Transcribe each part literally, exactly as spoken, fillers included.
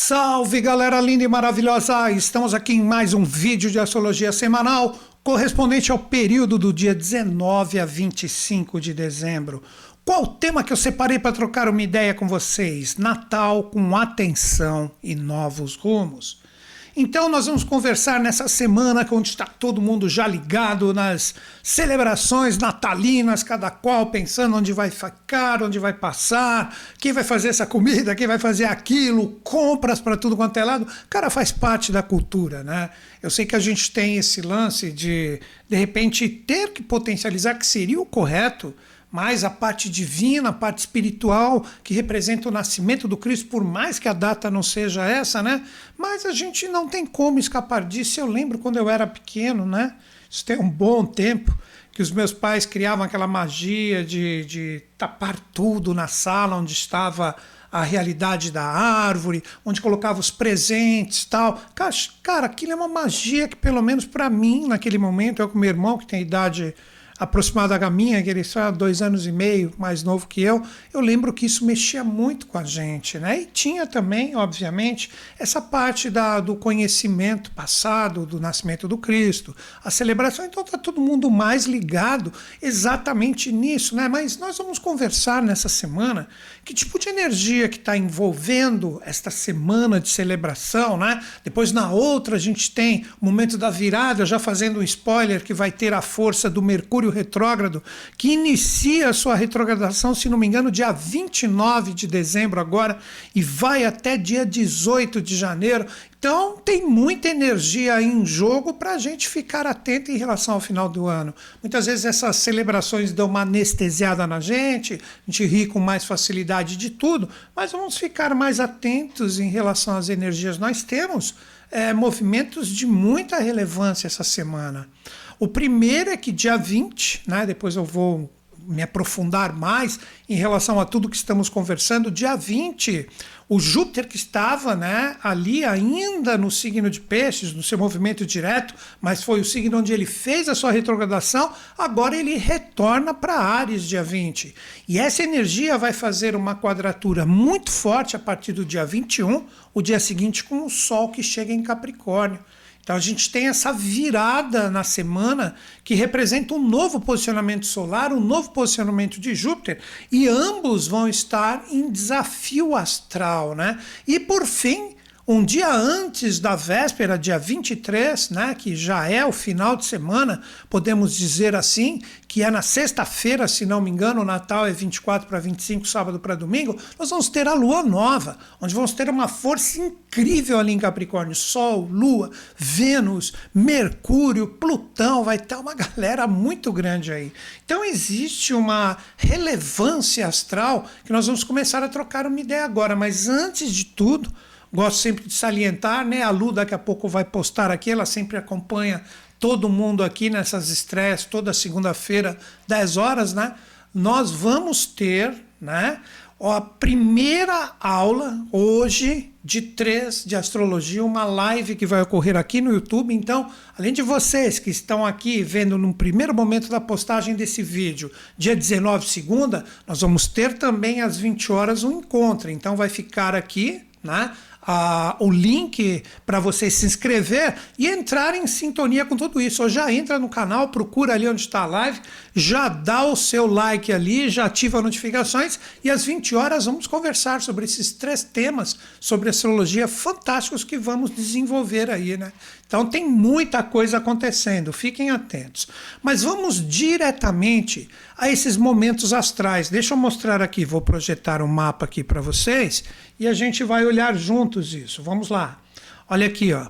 Salve, galera linda e maravilhosa! Estamos aqui em mais um vídeo de astrologia semanal correspondente ao período do dia dezenove a vinte e cinco de dezembro. Qual o tema que eu separei para trocar uma ideia com vocês? Natal com atenção e novos rumos. Então nós vamos conversar nessa semana onde está todo mundo já ligado nas celebrações natalinas, cada qual pensando onde vai ficar, onde vai passar, quem vai fazer essa comida, quem vai fazer aquilo, compras para tudo quanto é lado. Cara, faz parte da cultura, né? Eu sei que a gente tem esse lance de, de repente, ter que potencializar, que seria o correto, mas a parte divina, a parte espiritual, que representa o nascimento do Cristo, por mais que a data não seja essa, né? Mas a gente não tem como escapar disso. Eu lembro quando eu era pequeno, né? Isso tem um bom tempo, que os meus pais criavam aquela magia de, de tapar tudo na sala onde estava a realidade da árvore, onde colocava os presentes e tal. Cara, cara, aquilo é uma magia que, pelo menos para mim, naquele momento, eu com meu irmão, que tem idade aproximada da minha, que ele é só dois anos e meio mais novo que eu, eu lembro que isso mexia muito com a gente, né? E tinha também, obviamente, essa parte da, do conhecimento passado, do nascimento do Cristo, a celebração, então está todo mundo mais ligado exatamente nisso, né? Mas nós vamos conversar nessa semana que tipo de energia que está envolvendo esta semana de celebração, né? Depois na outra a gente tem o momento da virada, já fazendo um spoiler, que vai ter a força do Mercúrio retrógrado, que inicia a sua retrogradação, se não me engano, dia vinte e nove de dezembro agora, e vai até dia dezoito de janeiro. Então tem muita energia em jogo para a gente ficar atento em relação ao final do ano. Muitas vezes essas celebrações dão uma anestesiada na gente, a gente ri com mais facilidade de tudo, mas vamos ficar mais atentos em relação às energias. Nós temos é, movimentos de muita relevância essa semana. O primeiro é que dia vinte, né, depois eu vou me aprofundar mais em relação a tudo que estamos conversando, dia vinte, o Júpiter que estava, né, ali ainda no signo de Peixes, no seu movimento direto, mas foi o signo onde ele fez a sua retrogradação, agora ele retorna para Áries dia vinte. E essa energia vai fazer uma quadratura muito forte a partir do dia vinte e um, o dia seguinte com o Sol que chega em Capricórnio. Então a gente tem essa virada na semana que representa um novo posicionamento solar, um novo posicionamento de Júpiter, e ambos vão estar em desafio astral, né? E por fim, um dia antes da véspera, dia vinte e três, né, que já é o final de semana, podemos dizer assim, que é na sexta-feira, se não me engano, o Natal é vinte e quatro para vinte e cinco, sábado para domingo, nós vamos ter a Lua Nova, onde vamos ter uma força incrível ali em Capricórnio, Sol, Lua, Vênus, Mercúrio, Plutão, vai ter uma galera muito grande aí. Então existe uma relevância astral que nós vamos começar a trocar uma ideia agora, mas antes de tudo, gosto sempre de salientar, né? A Lu daqui a pouco vai postar aqui, ela sempre acompanha todo mundo aqui nessas estreias, toda segunda-feira, dez horas, né? Nós vamos ter, né, a primeira aula hoje de três de astrologia, uma live que vai ocorrer aqui no YouTube. Então, além de vocês que estão aqui vendo no primeiro momento da postagem desse vídeo, dia dezenove, segunda, nós vamos ter também às vinte horas um encontro. Então vai ficar aqui, né, Ah, o link para você se inscrever e entrar em sintonia com tudo isso. Ou já entra no canal, procura ali onde está a live, já dá o seu like ali, já ativa as notificações, e às vinte horas vamos conversar sobre esses três temas sobre astrologia fantásticos que vamos desenvolver aí, né? Então tem muita coisa acontecendo, fiquem atentos. Mas vamos diretamente a esses momentos astrais. Deixa eu mostrar aqui, vou projetar um mapa aqui para vocês e a gente vai olhar juntos isso. Vamos lá. Olha aqui, ó.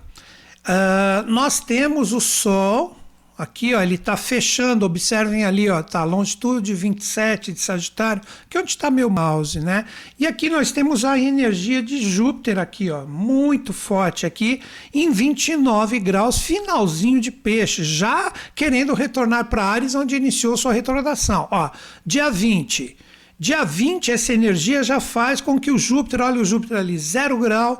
Uh, nós temos o Sol. Aqui, ó, ele está fechando, observem ali, ó, tá, longitude vinte e sete de Sagitário, que é onde está meu mouse, né? E aqui nós temos a energia de Júpiter aqui, ó, muito forte aqui, em vinte e nove graus, finalzinho de Peixe, já querendo retornar para Áries, onde iniciou sua retrogradação. Ó, dia vinte. Dia vinte, essa energia já faz com que o Júpiter, olha o Júpiter ali, zero grau,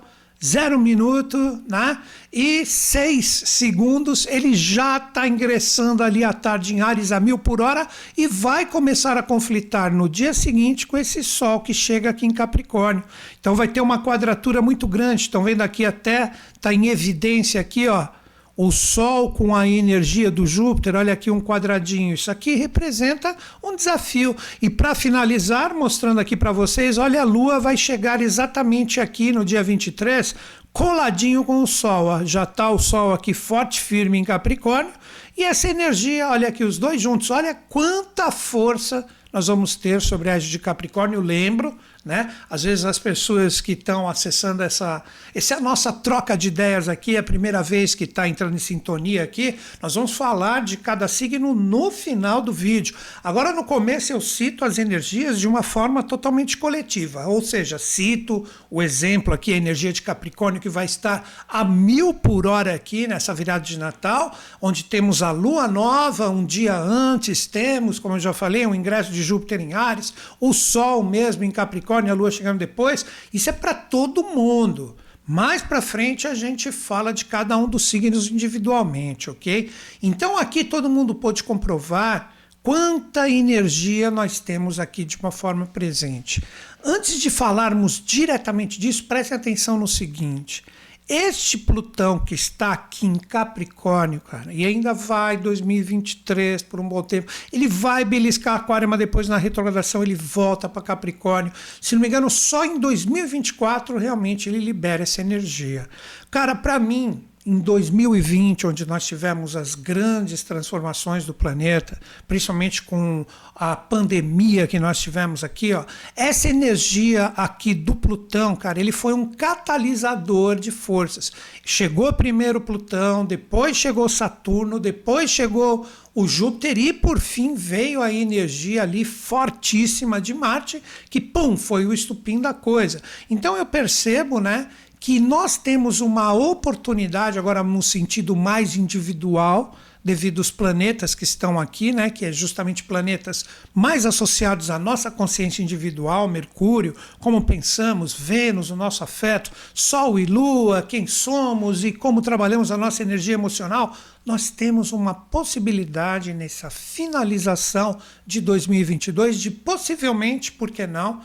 zero minuto, né? E seis segundos, ele já está ingressando ali à tarde em Áries a mil por hora e vai começar a conflitar no dia seguinte com esse Sol que chega aqui em Capricórnio. Então vai ter uma quadratura muito grande. Estão vendo aqui até, está em evidência aqui, ó, o Sol com a energia do Júpiter, olha aqui um quadradinho, isso aqui representa um desafio. E para finalizar, mostrando aqui para vocês, olha, a Lua vai chegar exatamente aqui no dia vinte e três, coladinho com o Sol, ó. Já está o Sol aqui forte, firme em Capricórnio, e essa energia, olha aqui os dois juntos, olha quanta força nós vamos ter sobre a égide de Capricórnio. Lembro, né? Às vezes as pessoas que estão acessando essa, essa é a nossa troca de ideias aqui, é a primeira vez que está entrando em sintonia aqui, nós vamos falar de cada signo no final do vídeo. Agora no começo eu cito as energias de uma forma totalmente coletiva, ou seja, cito o exemplo aqui, a energia de Capricórnio que vai estar a mil por hora aqui nessa virada de Natal, onde temos a Lua Nova, um dia antes temos, como eu já falei, um ingresso de Júpiter em Áries, o Sol mesmo em Capricórnio, a Lua chegando depois. Isso é para todo mundo. Mais para frente a gente fala de cada um dos signos individualmente, ok? Então aqui todo mundo pôde comprovar quanta energia nós temos aqui de uma forma presente. Antes de falarmos diretamente disso, prestem atenção no seguinte. Este Plutão que está aqui em Capricórnio, cara, e ainda vai dois mil e vinte e três por um bom tempo, ele vai beliscar Aquário, mas depois na retrogradação ele volta para Capricórnio. Se não me engano, só em dois mil e vinte e quatro realmente ele libera essa energia. Cara, para mim, em dois mil e vinte, onde nós tivemos as grandes transformações do planeta, principalmente com a pandemia que nós tivemos aqui, ó, essa energia aqui do Plutão, cara, ele foi um catalisador de forças. Chegou primeiro Plutão, depois chegou Saturno, depois chegou o Júpiter e por fim veio a energia ali fortíssima de Marte, que pum, foi o estupim da coisa. Então eu percebo, né, que nós temos uma oportunidade, agora no sentido mais individual, devido aos planetas que estão aqui, né, que é justamente planetas mais associados à nossa consciência individual, Mercúrio, como pensamos, Vênus, o nosso afeto, Sol e Lua, quem somos e como trabalhamos a nossa energia emocional, nós temos uma possibilidade nessa finalização de dois mil e vinte e dois de possivelmente, por que não,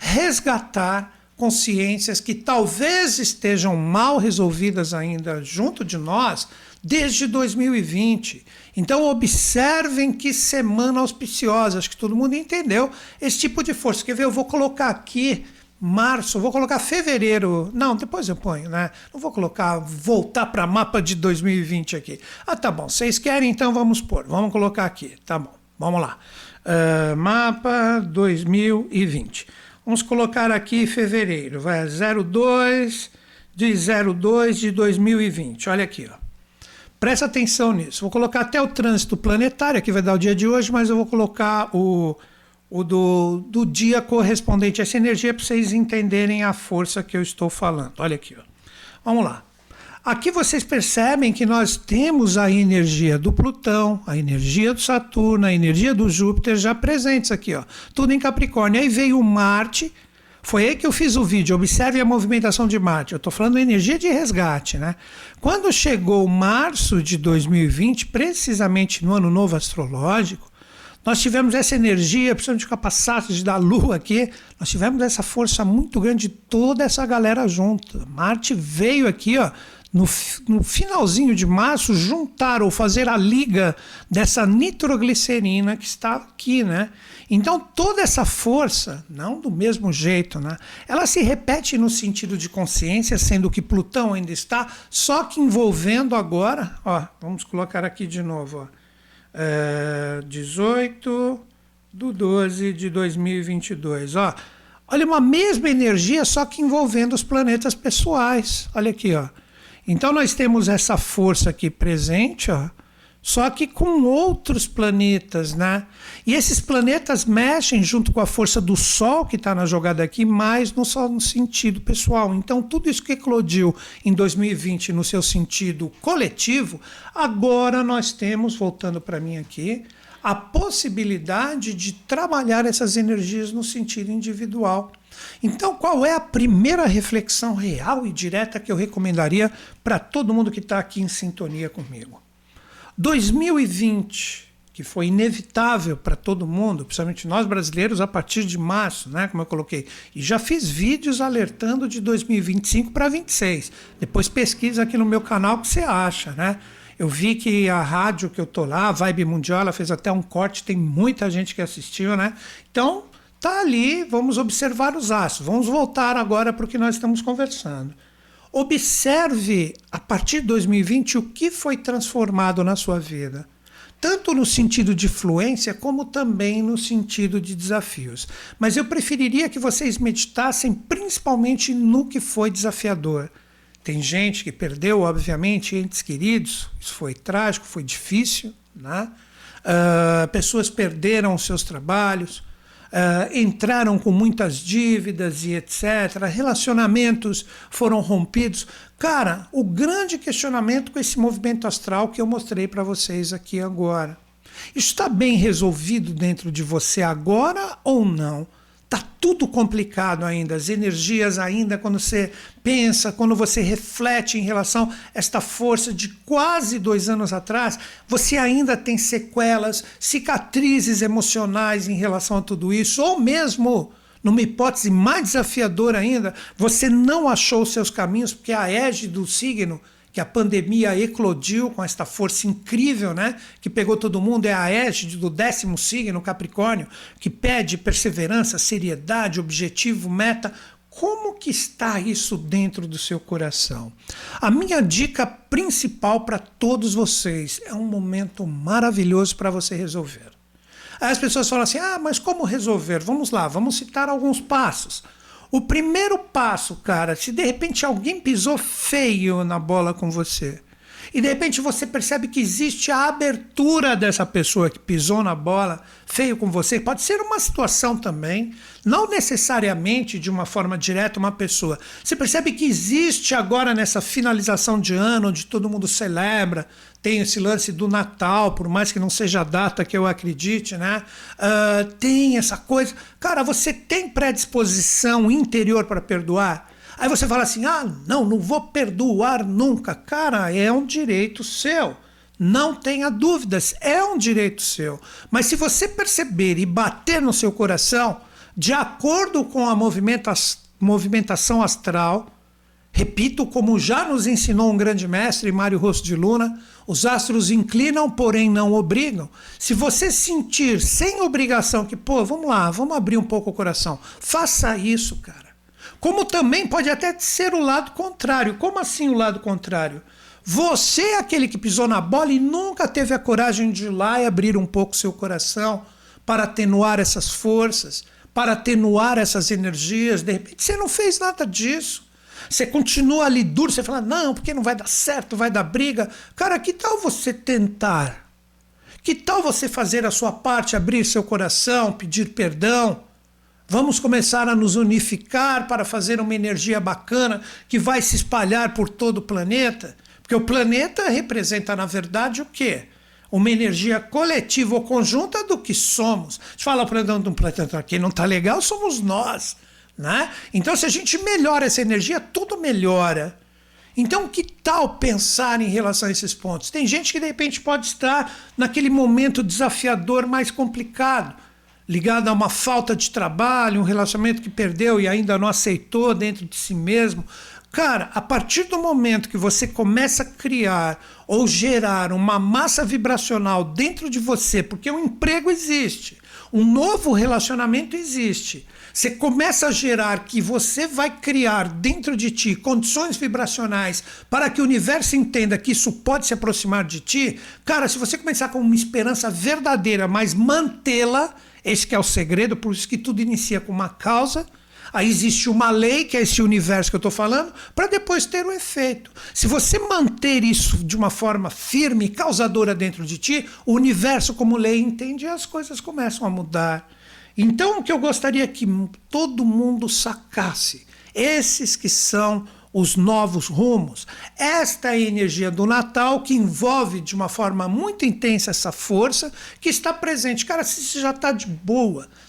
resgatar consciências que talvez estejam mal resolvidas ainda junto de nós desde dois mil e vinte. Então observem que semana auspiciosa, acho que todo mundo entendeu esse tipo de força. Quer ver? Eu vou colocar aqui março, vou colocar fevereiro, não, depois eu ponho, né? Não vou colocar, voltar para mapa de dois mil e vinte aqui. Ah, tá bom, vocês querem, então vamos pôr, vamos colocar aqui, tá bom, vamos lá. Uh, mapa dois mil e vinte. Vamos colocar aqui fevereiro, vai zero dois de zero dois de dois mil e vinte. Olha aqui, ó. Presta atenção nisso. Vou colocar até o trânsito planetário, aqui vai dar o dia de hoje, mas eu vou colocar o, o do, do dia correspondente a essa energia para vocês entenderem a força que eu estou falando. Olha aqui, ó. Vamos lá. Aqui vocês percebem que nós temos a energia do Plutão, a energia do Saturno, a energia do Júpiter já presentes aqui, ó, tudo em Capricórnio. Aí veio Marte, foi aí que eu fiz o vídeo, observe a movimentação de Marte. Eu estou falando energia de resgate, né? Quando chegou março de dois mil e vinte, precisamente no ano novo astrológico, nós tivemos essa energia, principalmente com a passagem da Lua aqui, nós tivemos essa força muito grande de toda essa galera junto. Marte veio aqui, ó, no, no finalzinho de março, juntar ou fazer a liga dessa nitroglicerina que está aqui, né? Então toda essa força, não do mesmo jeito, né? Ela se repete no sentido de consciência, sendo que Plutão ainda está, só que envolvendo agora, ó, vamos colocar aqui de novo, ó, é, dezoito de doze de dois mil e vinte e dois, ó. Olha, uma mesma energia, só que envolvendo os planetas pessoais, olha aqui, ó. Então nós temos essa força aqui presente, ó, só que com outros planetas, né? E esses planetas mexem junto com a força do Sol, que está na jogada aqui, mas não só no sentido pessoal. Então tudo isso que eclodiu em dois mil e vinte no seu sentido coletivo, agora nós temos, voltando para mim aqui, a possibilidade de trabalhar essas energias no sentido individual. Então, qual é a primeira reflexão real e direta que eu recomendaria para todo mundo que está aqui em sintonia comigo? dois mil e vinte, que foi inevitável para todo mundo, principalmente nós brasileiros, a partir de março, né, como eu coloquei. E já fiz vídeos alertando de dois mil e vinte e cinco para vinte e seis. Depois pesquisa aqui no meu canal o que você acha, né? Eu vi que a rádio que eu tô lá, a Vibe Mundial, ela fez até um corte, tem muita gente que assistiu, né? Então, tá ali, vamos observar os astros. Vamos voltar agora para o que nós estamos conversando. Observe, a partir de dois mil e vinte, o que foi transformado na sua vida. Tanto no sentido de fluência, como também no sentido de desafios. Mas eu preferiria que vocês meditassem principalmente no que foi desafiador. Tem gente que perdeu, obviamente, entes queridos, isso foi trágico, foi difícil, né? Uh, pessoas perderam seus trabalhos, uh, entraram com muitas dívidas e etcétera. Relacionamentos foram rompidos. Cara, o grande questionamento com esse movimento astral que eu mostrei para vocês aqui agora. Isso está bem resolvido dentro de você agora ou não? Está tudo complicado ainda, as energias ainda, quando você pensa, quando você reflete em relação a esta força de quase dois anos atrás, você ainda tem sequelas, cicatrizes emocionais em relação a tudo isso, ou mesmo, numa hipótese mais desafiadora ainda, você não achou os seus caminhos, porque a égide do signo, que a pandemia eclodiu com esta força incrível, né, que pegou todo mundo, é a égide do décimo signo, Capricórnio, que pede perseverança, seriedade, objetivo, meta. Como que está isso dentro do seu coração? A minha dica principal para todos vocês é um momento maravilhoso para você resolver. Aí as pessoas falam assim, ah, mas como resolver? Vamos lá, vamos citar alguns passos. O primeiro passo, cara, se de repente alguém pisou feio na bola com você, e de repente você percebe que existe a abertura dessa pessoa que pisou na bola feio com você, pode ser uma situação também, não necessariamente de uma forma direta uma pessoa. Você percebe que existe agora nessa finalização de ano, onde todo mundo celebra, tem esse lance do Natal, por mais que não seja a data que eu acredite, né? Uh, tem essa coisa. Cara, você tem predisposição interior para perdoar? Aí você fala assim, ah, não, não vou perdoar nunca. Cara, é um direito seu. Não tenha dúvidas, é um direito seu. Mas se você perceber e bater no seu coração, de acordo com a movimenta- movimentação astral, repito, como já nos ensinou um grande mestre, Mário Rosto de Luna, os astros inclinam, porém não obrigam. Se você sentir sem obrigação que, pô, vamos lá, vamos abrir um pouco o coração, faça isso, cara. Como também pode até ser o lado contrário. Como assim o lado contrário? Você é aquele que pisou na bola e nunca teve a coragem de ir lá e abrir um pouco seu coração para atenuar essas forças, para atenuar essas energias. De repente você não fez nada disso. Você continua ali duro, você fala, não, porque não vai dar certo, vai dar briga. Cara, que tal você tentar? Que tal você fazer a sua parte, abrir seu coração, pedir perdão? Vamos começar a nos unificar para fazer uma energia bacana que vai se espalhar por todo o planeta. Porque o planeta representa, na verdade, o quê? Uma energia coletiva ou conjunta do que somos. A gente fala, o planeta, um planeta aqui não está legal, somos nós. Né? Então, se a gente melhora essa energia, tudo melhora. Então, que tal pensar em relação a esses pontos? Tem gente que, de repente, pode estar naquele momento desafiador mais complicado, ligado a uma falta de trabalho, um relacionamento que perdeu e ainda não aceitou dentro de si mesmo. Cara, a partir do momento que você começa a criar ou gerar uma massa vibracional dentro de você, porque o emprego existe, um novo relacionamento existe, você começa a gerar que você vai criar dentro de ti condições vibracionais para que o universo entenda que isso pode se aproximar de ti. Cara, se você começar com uma esperança verdadeira, mas mantê-la, esse que é o segredo, por isso que tudo inicia com uma causa. Aí existe uma lei, que é esse universo que eu estou falando, para depois ter o efeito. Se você manter isso de uma forma firme, causadora dentro de ti, o universo como lei entende e as coisas começam a mudar. Então o que eu gostaria que todo mundo sacasse, esses que são os novos rumos, esta é a energia do Natal que envolve de uma forma muito intensa essa força que está presente. Cara, se você já está de boa,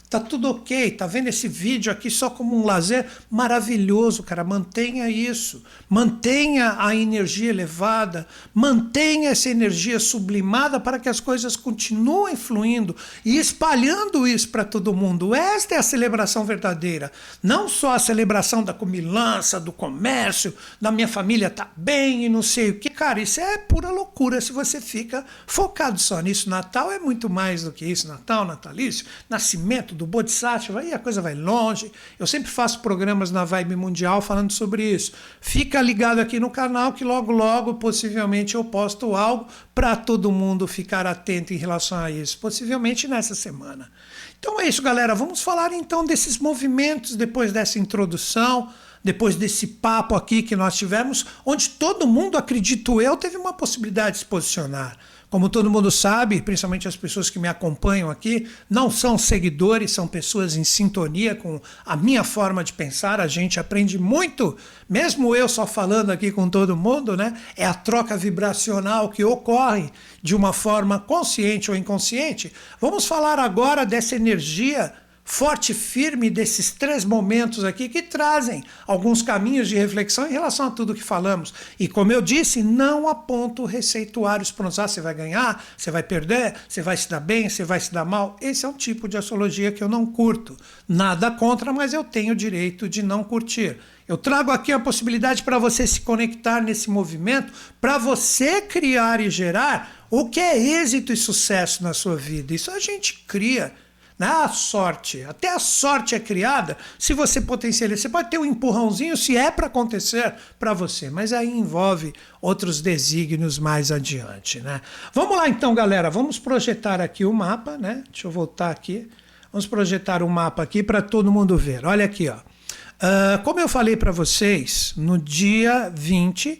Tá tudo ok, tá vendo esse vídeo aqui só como um lazer? Maravilhoso, cara, mantenha isso, mantenha a energia elevada, mantenha essa energia sublimada para que as coisas continuem fluindo e espalhando isso para todo mundo. Esta é a celebração verdadeira, não só a celebração da comilança, do comércio, da minha família tá bem e não sei o que. Cara, isso é pura loucura se você fica focado só nisso. Natal é muito mais do que isso, Natal, natalício, nascimento do Bodhisattva, aí a coisa vai longe. Eu sempre faço programas na Vibe Mundial falando sobre isso. Fica ligado aqui no canal que logo, logo, possivelmente eu posto algo para todo mundo ficar atento em relação a isso, possivelmente nessa semana. Então é isso, galera. Vamos falar então desses movimentos depois dessa introdução, depois desse papo aqui que nós tivemos, onde todo mundo, acredito eu, teve uma possibilidade de se posicionar. Como todo mundo sabe, principalmente as pessoas que me acompanham aqui, não são seguidores, são pessoas em sintonia com a minha forma de pensar. A gente aprende muito, mesmo eu só falando aqui com todo mundo, né? É a troca vibracional que ocorre de uma forma consciente ou inconsciente. Vamos falar agora dessa energia forte e firme desses três momentos aqui que trazem alguns caminhos de reflexão em relação a tudo que falamos. E como eu disse, não aponto receituários prontos. Ah, você vai ganhar, você vai perder, você vai se dar bem, você vai se dar mal. Esse é um tipo de astrologia que eu não curto. Nada contra, mas eu tenho o direito de não curtir. Eu trago aqui a possibilidade para você se conectar nesse movimento, para você criar e gerar o que é êxito e sucesso na sua vida. Isso a gente cria. Não é a sorte, até a sorte é criada se você potencializa. Você pode ter um empurrãozinho se é para acontecer para você, mas aí envolve outros desígnios mais adiante, né? Vamos lá então, galera, vamos projetar aqui o mapa, né? Deixa eu voltar aqui. Vamos projetar o mapa aqui para todo mundo ver. Olha aqui, ó. Uh, como eu falei para vocês, no dia vinte,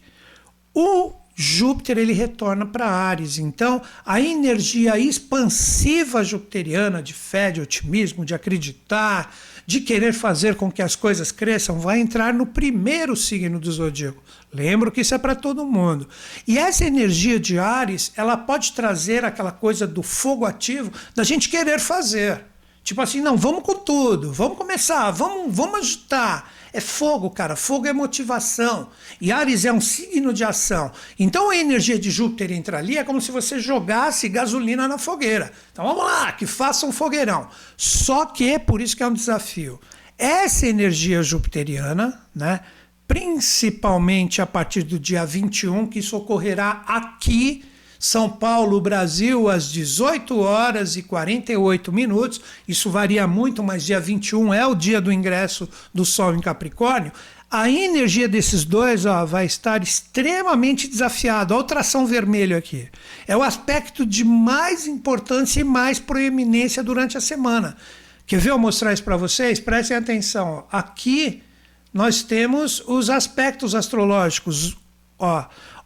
o Júpiter ele retorna para Áries, então a energia expansiva jupiteriana de fé, de otimismo, de acreditar, de querer fazer com que as coisas cresçam, vai entrar no primeiro signo do zodíaco. Lembro que isso é para todo mundo. E essa energia de Áries, ela pode trazer aquela coisa do fogo ativo, da gente querer fazer. Tipo assim, não, vamos com tudo, vamos começar, vamos, vamos agitar. É fogo, cara, fogo é motivação. E Áries é um signo de ação. Então a energia de Júpiter entra ali, é como se você jogasse gasolina na fogueira. Então vamos lá, que faça um fogueirão. Só que, por isso que é um desafio, essa energia jupiteriana, né, principalmente a partir do dia vinte e um, que isso ocorrerá aqui, São Paulo, Brasil, às dezoito horas e quarenta e oito minutos. Isso varia muito, mas dia vinte e um é o dia do ingresso do Sol em Capricórnio. A energia desses dois, ó, vai estar extremamente desafiada. Olha o tração vermelho aqui. É o aspecto de mais importância e mais proeminência durante a semana. Quer ver eu mostrar isso para vocês? Prestem atenção. Ó. Aqui nós temos os aspectos astrológicos. Ó,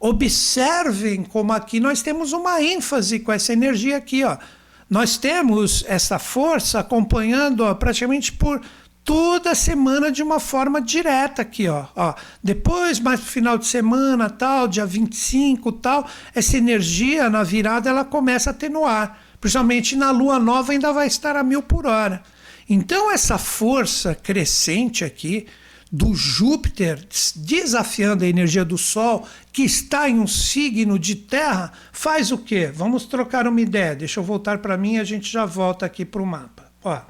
observem como aqui nós temos uma ênfase com essa energia aqui, ó. Nós temos essa força acompanhando, ó, praticamente por toda a semana de uma forma direta aqui, ó. ó. Depois, mais pro final de semana, tal, dia vinte e cinco, tal, essa energia na virada ela começa a atenuar. Principalmente na lua nova ainda vai estar a mil por hora. Então essa força crescente aqui do Júpiter desafiando a energia do Sol, que está em um signo de terra, faz o quê? Vamos trocar uma ideia. Deixa eu voltar para mim e a gente já volta aqui para o mapa. Ó.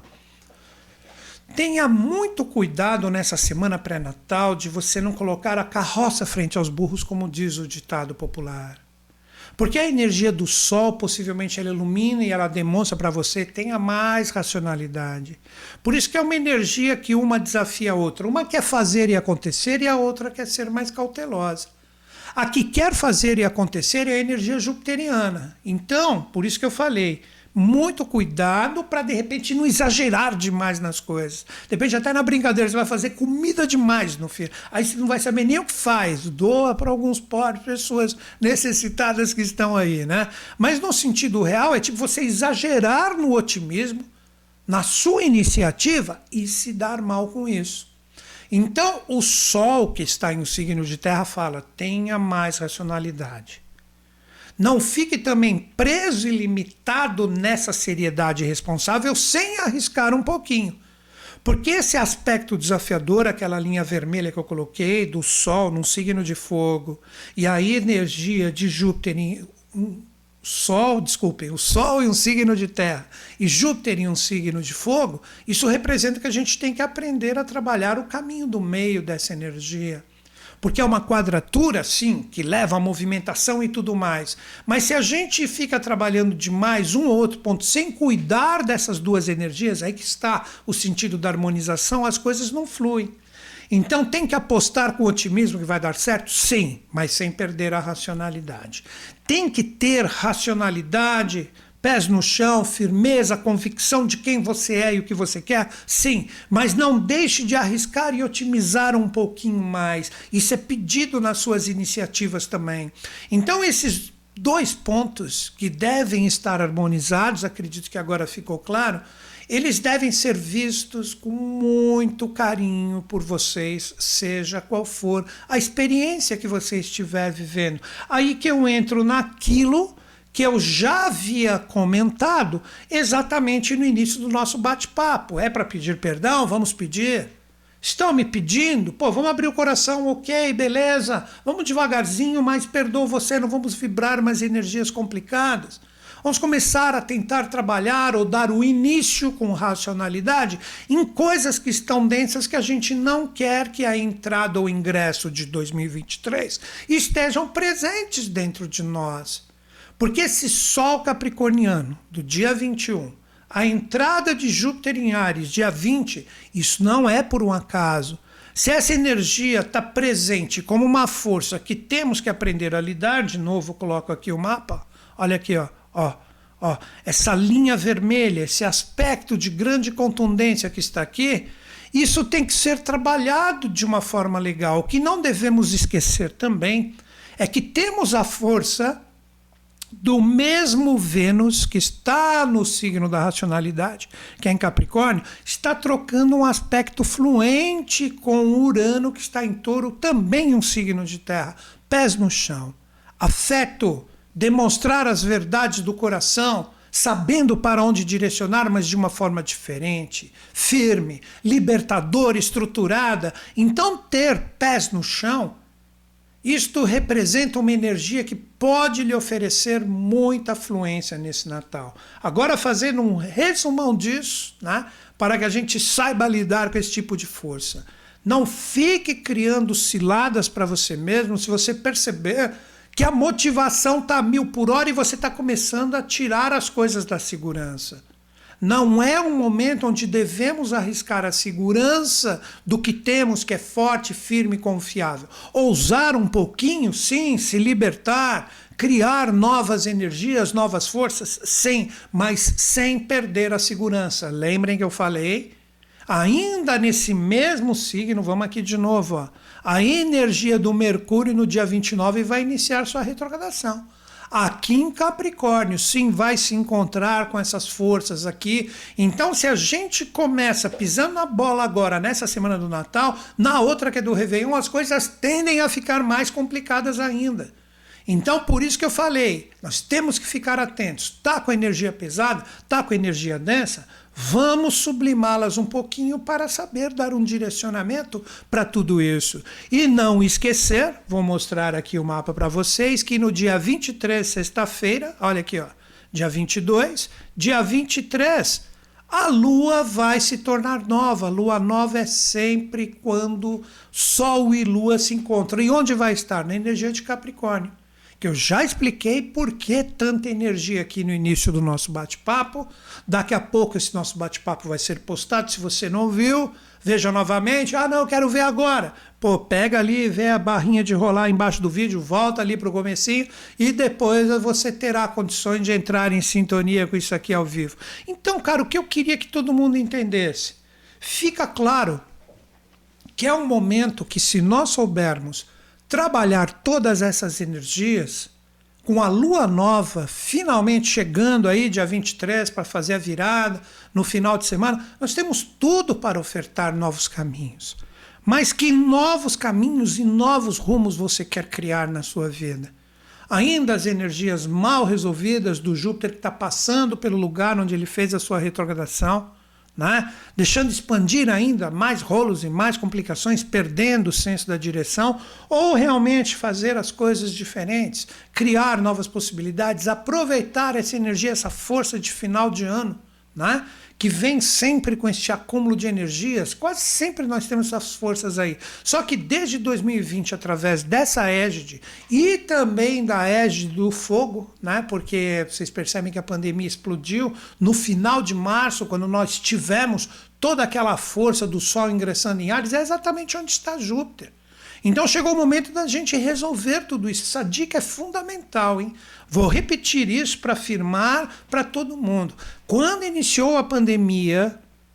Tenha muito cuidado nessa semana pré-natal de você não colocar a carroça frente aos burros, como diz o ditado popular. Porque a energia do Sol, possivelmente ela ilumina e ela demonstra para você, tenha mais racionalidade. Por isso que é uma energia que uma desafia a outra. Uma quer fazer e acontecer e a outra quer ser mais cautelosa. A que quer fazer e acontecer é a energia jupiteriana. Então, por isso que eu falei, muito cuidado para de repente não exagerar demais nas coisas. De repente até na brincadeira você vai fazer comida demais no filho. Aí você não vai saber nem o que faz. Doa para alguns pobres, pessoas necessitadas que estão aí, né? Mas no sentido real é tipo você exagerar no otimismo, na sua iniciativa e se dar mal com isso. Então o Sol que está em um signo de terra fala, tenha mais racionalidade. não fique também preso e limitado nessa seriedade responsável sem arriscar um pouquinho. Porque esse aspecto desafiador, aquela linha vermelha que eu coloquei, do Sol num signo de fogo, e a energia de Júpiter em um Sol, desculpem, o Sol em um signo de terra e Júpiter em um signo de fogo, isso representa que a gente tem que aprender a trabalhar o caminho do meio dessa energia. Porque é uma quadratura, sim, que leva à movimentação e tudo mais. Mas se a gente fica trabalhando demais um ou outro ponto sem cuidar dessas duas energias, aí que está o sentido da harmonização, as coisas não fluem. Então tem que apostar com otimismo que vai dar certo? Sim, mas sem perder a racionalidade. Tem que ter racionalidade, pés no chão, firmeza, convicção de quem você é e o que você quer? Sim, mas não deixe de arriscar e otimizar um pouquinho mais. Isso é pedido nas suas iniciativas também. Então esses dois pontos que devem estar harmonizados, acredito que agora ficou claro, eles devem ser vistos com muito carinho por vocês, seja qual for a experiência que você estiver vivendo. Aí que eu entro naquilo que eu já havia comentado exatamente no início do nosso bate-papo. É para pedir perdão? Vamos pedir. Estão me pedindo? Pô, vamos abrir o coração, ok, beleza. Vamos devagarzinho, mas perdoo você, não vamos vibrar umas energias complicadas. Vamos começar a tentar trabalhar ou dar o início com racionalidade em coisas que estão densas que a gente não quer que a entrada ou ingresso de dois mil e vinte e três estejam presentes dentro de nós. Porque esse Sol capricorniano, do dia vinte e um, a entrada de Júpiter em Áries, dia vinte, isso não é por um acaso. Se essa energia está presente como uma força que temos que aprender a lidar, de novo eu coloco aqui o mapa, olha aqui, ó, ó, ó, essa linha vermelha, esse aspecto de grande contundência que está aqui, isso tem que ser trabalhado de uma forma legal. O que não devemos esquecer também é que temos a força do mesmo Vênus, que está no signo da racionalidade, que é em Capricórnio, está trocando um aspecto fluente com Urano, que está em Touro, também um signo de terra. Pés no chão. Afeto, demonstrar as verdades do coração, sabendo para onde direcionar, mas de uma forma diferente, firme, libertadora, estruturada. Então, ter pés no chão, isto representa uma energia que pode lhe oferecer muita fluência nesse Natal. Agora, fazendo um resumão disso, né, para que a gente saiba lidar com esse tipo de força. Não fique criando ciladas para você mesmo se você perceber que a motivação está a mil por hora e você está começando a tirar as coisas da segurança. Não é um momento onde devemos arriscar a segurança do que temos, que é forte, firme e confiável. Ousar um pouquinho, sim, se libertar, criar novas energias, novas forças, sim, mas sem perder a segurança. Lembrem que eu falei, ainda nesse mesmo signo, vamos aqui de novo, ó, a energia do Mercúrio no dia vinte e nove vai iniciar sua retrogradação. Aqui em Capricórnio, sim, vai se encontrar com essas forças aqui. Então, se a gente começa pisando na bola agora, nessa semana do Natal, na outra que é do Réveillon, as coisas tendem a ficar mais complicadas ainda. Então, por isso que eu falei, nós temos que ficar atentos. Tá com a energia pesada, tá com a energia densa, vamos sublimá-las um pouquinho para saber dar um direcionamento para tudo isso. E não esquecer, vou mostrar aqui o mapa para vocês, que no dia vinte e três, sexta-feira, olha aqui, ó, dia vinte e dois, dia vinte e três, a Lua vai se tornar nova. Lua nova é sempre quando Sol e Lua se encontram. E onde vai estar? Na energia de Capricórnio. Que eu já expliquei por que tanta energia aqui no início do nosso bate-papo. Daqui a pouco esse nosso bate-papo vai ser postado. Se você não viu, veja novamente. Ah, não, eu quero ver agora. Pô, pega ali, vê a barrinha de rolar embaixo do vídeo, volta ali para o comecinho e depois você terá condições de entrar em sintonia com isso aqui ao vivo. Então, cara, o que eu queria que todo mundo entendesse, fica claro que é um momento que, se nós soubermos trabalhar todas essas energias, com a Lua nova finalmente chegando aí dia vinte e três para fazer a virada no final de semana, nós temos tudo para ofertar novos caminhos. Mas que novos caminhos e novos rumos você quer criar na sua vida? ainda as energias mal resolvidas do Júpiter que está passando pelo lugar onde ele fez a sua retrogradação, né? Deixando expandir ainda mais rolos e mais complicações, perdendo o senso da direção, ou realmente fazer as coisas diferentes, criar novas possibilidades, aproveitar essa energia, essa força de final de ano, né? Que vem sempre com este acúmulo de energias. Quase sempre nós temos essas forças aí. Só que desde dois mil e vinte, através dessa égide e também da égide do fogo, né? Porque vocês percebem que a pandemia explodiu no final de março, quando nós tivemos toda aquela força do Sol ingressando em Áries, é exatamente onde está Júpiter. Então chegou o momento da gente resolver tudo isso. Essa dica é fundamental, hein? Vou repetir isso para afirmar para todo mundo. Quando iniciou a pandemia,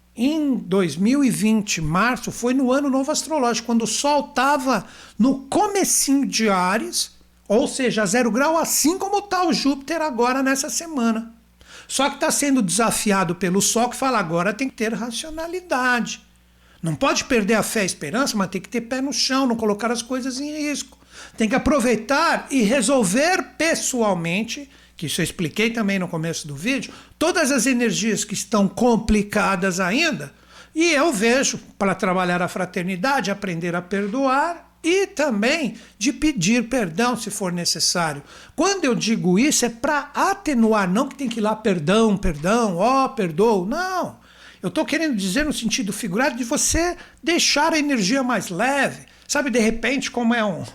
em dois mil e vinte, março, foi no ano novo astrológico, quando o Sol estava no comecinho de Áries, ou seja, a zero grau, assim como está o Júpiter agora nessa semana. Só que está sendo desafiado pelo Sol, que fala agora tem que ter racionalidade. Não pode perder a fé e a esperança, mas tem que ter pé no chão, não colocar as coisas em risco. Tem que aproveitar e resolver pessoalmente, que isso eu expliquei também no começo do vídeo, todas as energias que estão complicadas ainda. E eu vejo para trabalhar a fraternidade, aprender a perdoar e também de pedir perdão se for necessário. Quando eu digo isso é para atenuar, não que tem que ir lá perdão, perdão, ó, perdoo, não. Eu estou querendo dizer no sentido figurado de você deixar a energia mais leve. Sabe, de repente, como é um,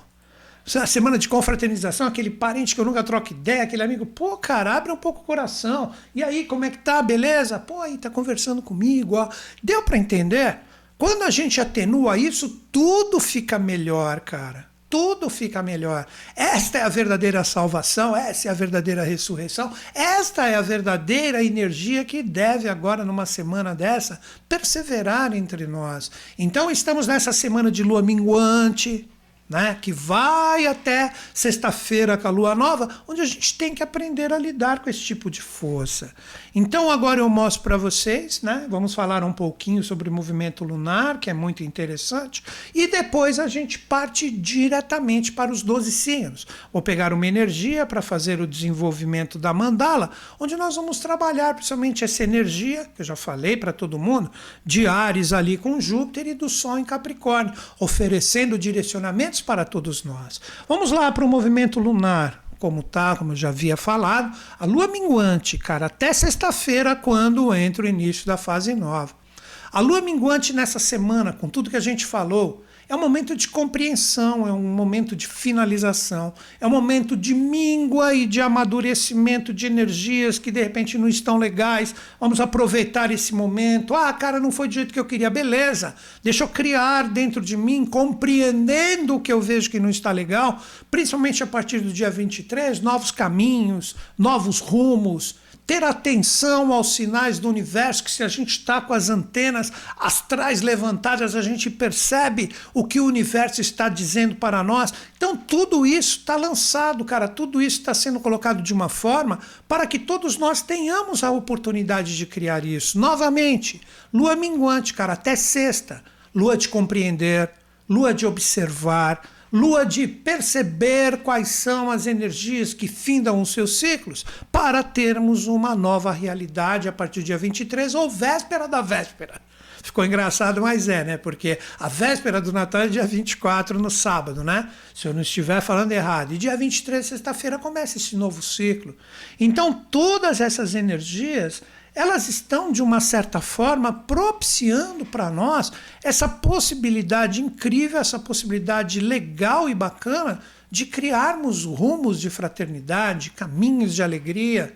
a semana de confraternização, aquele parente que eu nunca troco ideia, aquele amigo, pô, cara, abre um pouco o coração. E aí, como é que tá? Beleza? Pô, aí tá conversando comigo, ó. Deu para entender? Quando a gente atenua isso, tudo fica melhor, cara. Tudo fica melhor. Esta é a verdadeira salvação, essa é a verdadeira ressurreição, esta é a verdadeira energia que deve agora, numa semana dessa, perseverar entre nós. Então estamos nessa semana de lua minguante, né, que vai até sexta-feira com a lua nova, onde a gente tem que aprender a lidar com esse tipo de força. Então agora eu mostro para vocês, né, vamos falar um pouquinho sobre o movimento lunar, que é muito interessante, e depois a gente parte diretamente para os doze signos. Vou pegar uma energia para fazer o desenvolvimento da mandala, onde nós vamos trabalhar principalmente essa energia, que eu já falei para todo mundo, de Áries ali com Júpiter e do Sol em Capricórnio, oferecendo direcionamentos para todos nós. Vamos lá para o movimento lunar, como tá, como eu já havia falado, a lua minguante, cara, até sexta-feira, quando entra o início da fase nova. A lua minguante nessa semana, com tudo que a gente falou, é um momento de compreensão, é um momento de finalização, é um momento de míngua e de amadurecimento de energias que de repente não estão legais. Vamos aproveitar esse momento. Ah, cara, não foi do jeito que eu queria. Beleza, deixa eu criar dentro de mim, compreendendo o que eu vejo que não está legal, principalmente a partir do dia vinte e três, novos caminhos, novos rumos. Ter atenção aos sinais do universo, que se a gente está com as antenas astrais levantadas, a gente percebe o que o universo está dizendo para nós. Então tudo isso está lançado, cara, tudo isso está sendo colocado de uma forma para que todos nós tenhamos a oportunidade de criar isso. Novamente, lua minguante, cara, até sexta, lua de compreender, lua de observar, lua de perceber quais são as energias que findam os seus ciclos para termos uma nova realidade a partir do dia vinte e três ou véspera da véspera. Ficou engraçado, mas é, né? Porque a véspera do Natal é dia vinte e quatro no sábado, né? Se eu não estiver falando errado. E dia vinte e três, sexta-feira, começa esse novo ciclo. Então, todas essas energias, elas estão, de uma certa forma, propiciando para nós essa possibilidade incrível, essa possibilidade legal e bacana de criarmos rumos de fraternidade, caminhos de alegria.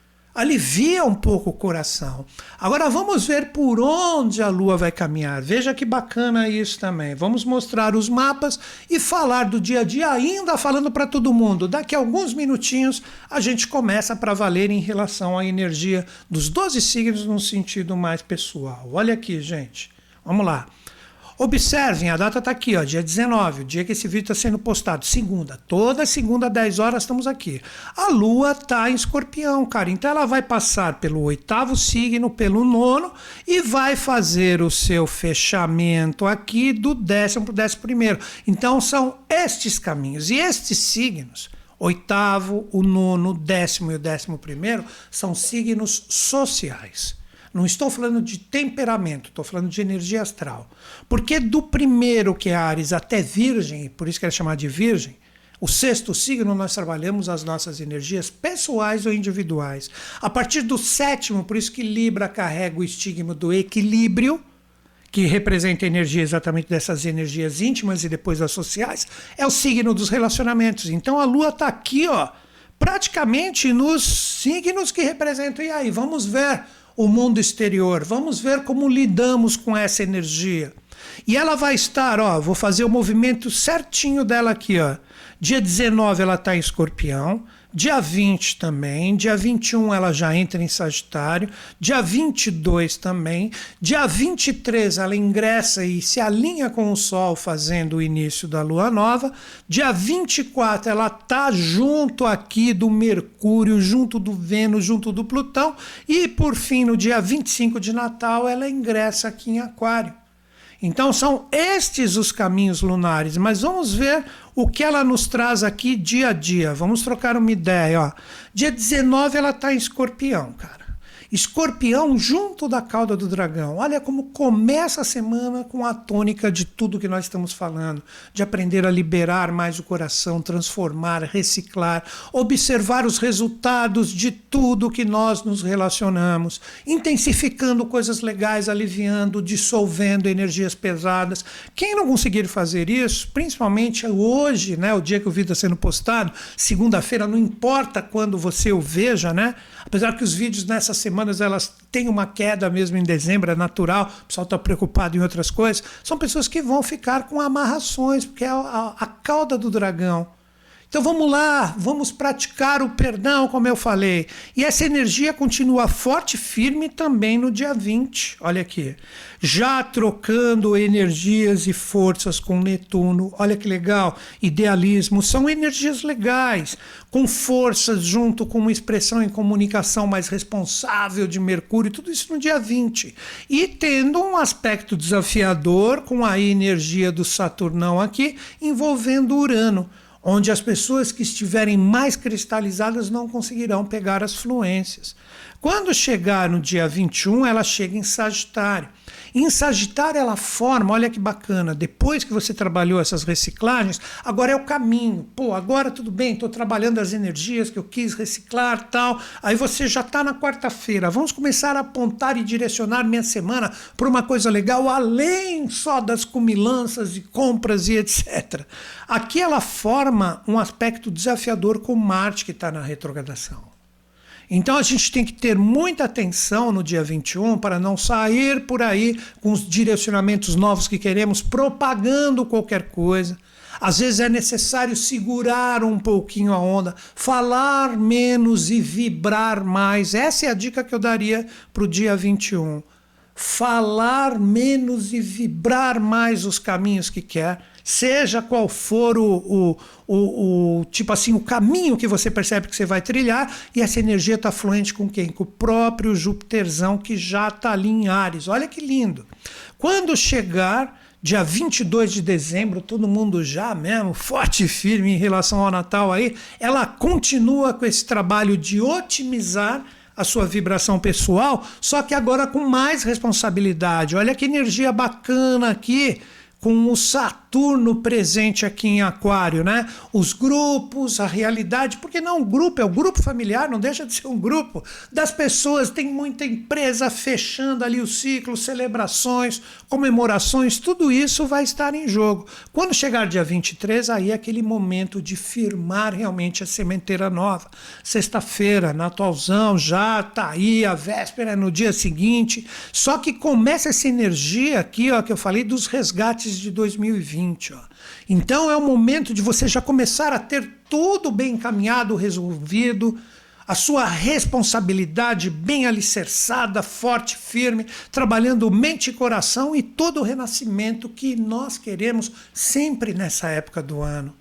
Alivia um pouco o coração. Agora vamos ver por onde a Lua vai caminhar. Veja que bacana isso também. Vamos mostrar os mapas e falar do dia a dia, ainda falando para todo mundo. Daqui a alguns minutinhos a gente começa para valer em relação à energia dos doze signos num sentido mais pessoal. Olha aqui, gente. Vamos lá. Observem, a data está aqui, ó, dia dezenove, o dia que esse vídeo está sendo postado, segunda. Toda segunda, dez horas, estamos aqui. A Lua está em Escorpião, cara. Então ela vai passar pelo oitavo signo, pelo nono, e vai fazer o seu fechamento aqui do décimo para o décimo primeiro. Então são estes caminhos. E estes signos, Oitavo, o nono, o décimo e o décimo primeiro são signos sociais. Não estou falando de temperamento, estou falando de energia astral. Porque do primeiro, que é Áries, até Virgem, por isso que é chamado de Virgem, o sexto signo, nós trabalhamos as nossas energias pessoais ou individuais. A partir do sétimo, por isso que Libra carrega o estigma do equilíbrio, que representa a energia exatamente dessas energias íntimas e depois as sociais, é o signo dos relacionamentos. Então a Lua está aqui, ó, praticamente nos signos que representam. E aí, vamos ver o mundo exterior, vamos ver como lidamos com essa energia. E ela vai estar, ó, vou fazer o movimento certinho dela aqui, ó. Dia dezenove ela está em Escorpião, dia vinte também, dia vinte e um ela já entra em Sagitário, dia vinte e dois também, dia vinte e três ela ingressa e se alinha com o Sol fazendo o início da Lua Nova, dia vinte e quatro ela está junto aqui do Mercúrio, junto do Vênus, junto do Plutão e por fim no dia vinte e cinco de Natal ela ingressa aqui em Aquário. Então são estes os caminhos lunares, mas vamos ver o que ela nos traz aqui dia a dia. Vamos trocar uma ideia, ó. Dia dezenove ela está em Escorpião, cara. Escorpião junto da cauda do dragão. Olha como começa a semana com a tônica de tudo que nós estamos falando. De aprender a liberar mais o coração, transformar, reciclar, observar os resultados de tudo que nós nos relacionamos, intensificando coisas legais, aliviando, dissolvendo energias pesadas. Quem não conseguir fazer isso, principalmente hoje, né, o dia que o vídeo está sendo postado, segunda-feira, não importa quando você o veja, né? Apesar que os vídeos nessa semana elas têm uma queda mesmo em dezembro, é natural, o pessoal está preocupado em outras coisas, são pessoas que vão ficar com amarrações, porque é a, a, a cauda do dragão. Então vamos lá, vamos praticar o perdão, como eu falei. E essa energia continua forte e firme também no dia vinte. Olha aqui. Já trocando energias e forças com Netuno. Olha que legal. Idealismo. São energias legais. Com forças junto com uma expressão em comunicação mais responsável de Mercúrio. Tudo isso no dia vinte. E tendo um aspecto desafiador com a energia do Saturnão aqui, envolvendo Urano, onde as pessoas que estiverem mais cristalizadas não conseguirão pegar as fluências. Quando chegar no dia vinte e um, ela chega em Sagitário. Em Sagitário ela forma, olha que bacana, depois que você trabalhou essas reciclagens, agora é o caminho. Pô, agora tudo bem, estou trabalhando as energias que eu quis reciclar e tal. Aí você já está na quarta-feira. Vamos começar a apontar e direcionar minha semana para uma coisa legal, além só das cumilanças e compras e etcétera. Aqui ela forma um aspecto desafiador com Marte, que está na retrogradação. Então a gente tem que ter muita atenção no dia vinte e um para não sair por aí com os direcionamentos novos que queremos, propagando qualquer coisa. Às vezes é necessário segurar um pouquinho a onda, falar menos e vibrar mais. Essa é a dica que eu daria para o dia vinte e um. Falar menos e vibrar mais os caminhos que quer, seja qual for o, o, o, o tipo assim, o caminho que você percebe que você vai trilhar, e essa energia está fluente com quem? Com o próprio Júpiterzão, que já está ali em Áries. Olha que lindo. Quando chegar dia vinte e dois de dezembro, todo mundo já mesmo forte e firme em relação ao Natal aí, ela continua com esse trabalho de otimizar a sua vibração pessoal, só que agora com mais responsabilidade. Olha que energia bacana aqui, com o Saturno presente aqui em Aquário, né? Os grupos, a realidade, porque não, o grupo é o grupo familiar, não deixa de ser um grupo das pessoas, tem muita empresa fechando ali o ciclo, celebrações, comemorações, tudo isso vai estar em jogo. Quando chegar dia vinte e três, aí é aquele momento de firmar realmente a sementeira nova. Sexta-feira, Natalzão, já tá aí, a véspera é no dia seguinte, só que começa essa energia aqui, ó, que eu falei dos resgates de dois mil e vinte. Ó. Então é o momento de você já começar a ter tudo bem encaminhado, resolvido, a sua responsabilidade bem alicerçada, forte, firme, trabalhando mente e coração e todo o renascimento que nós queremos sempre nessa época do ano.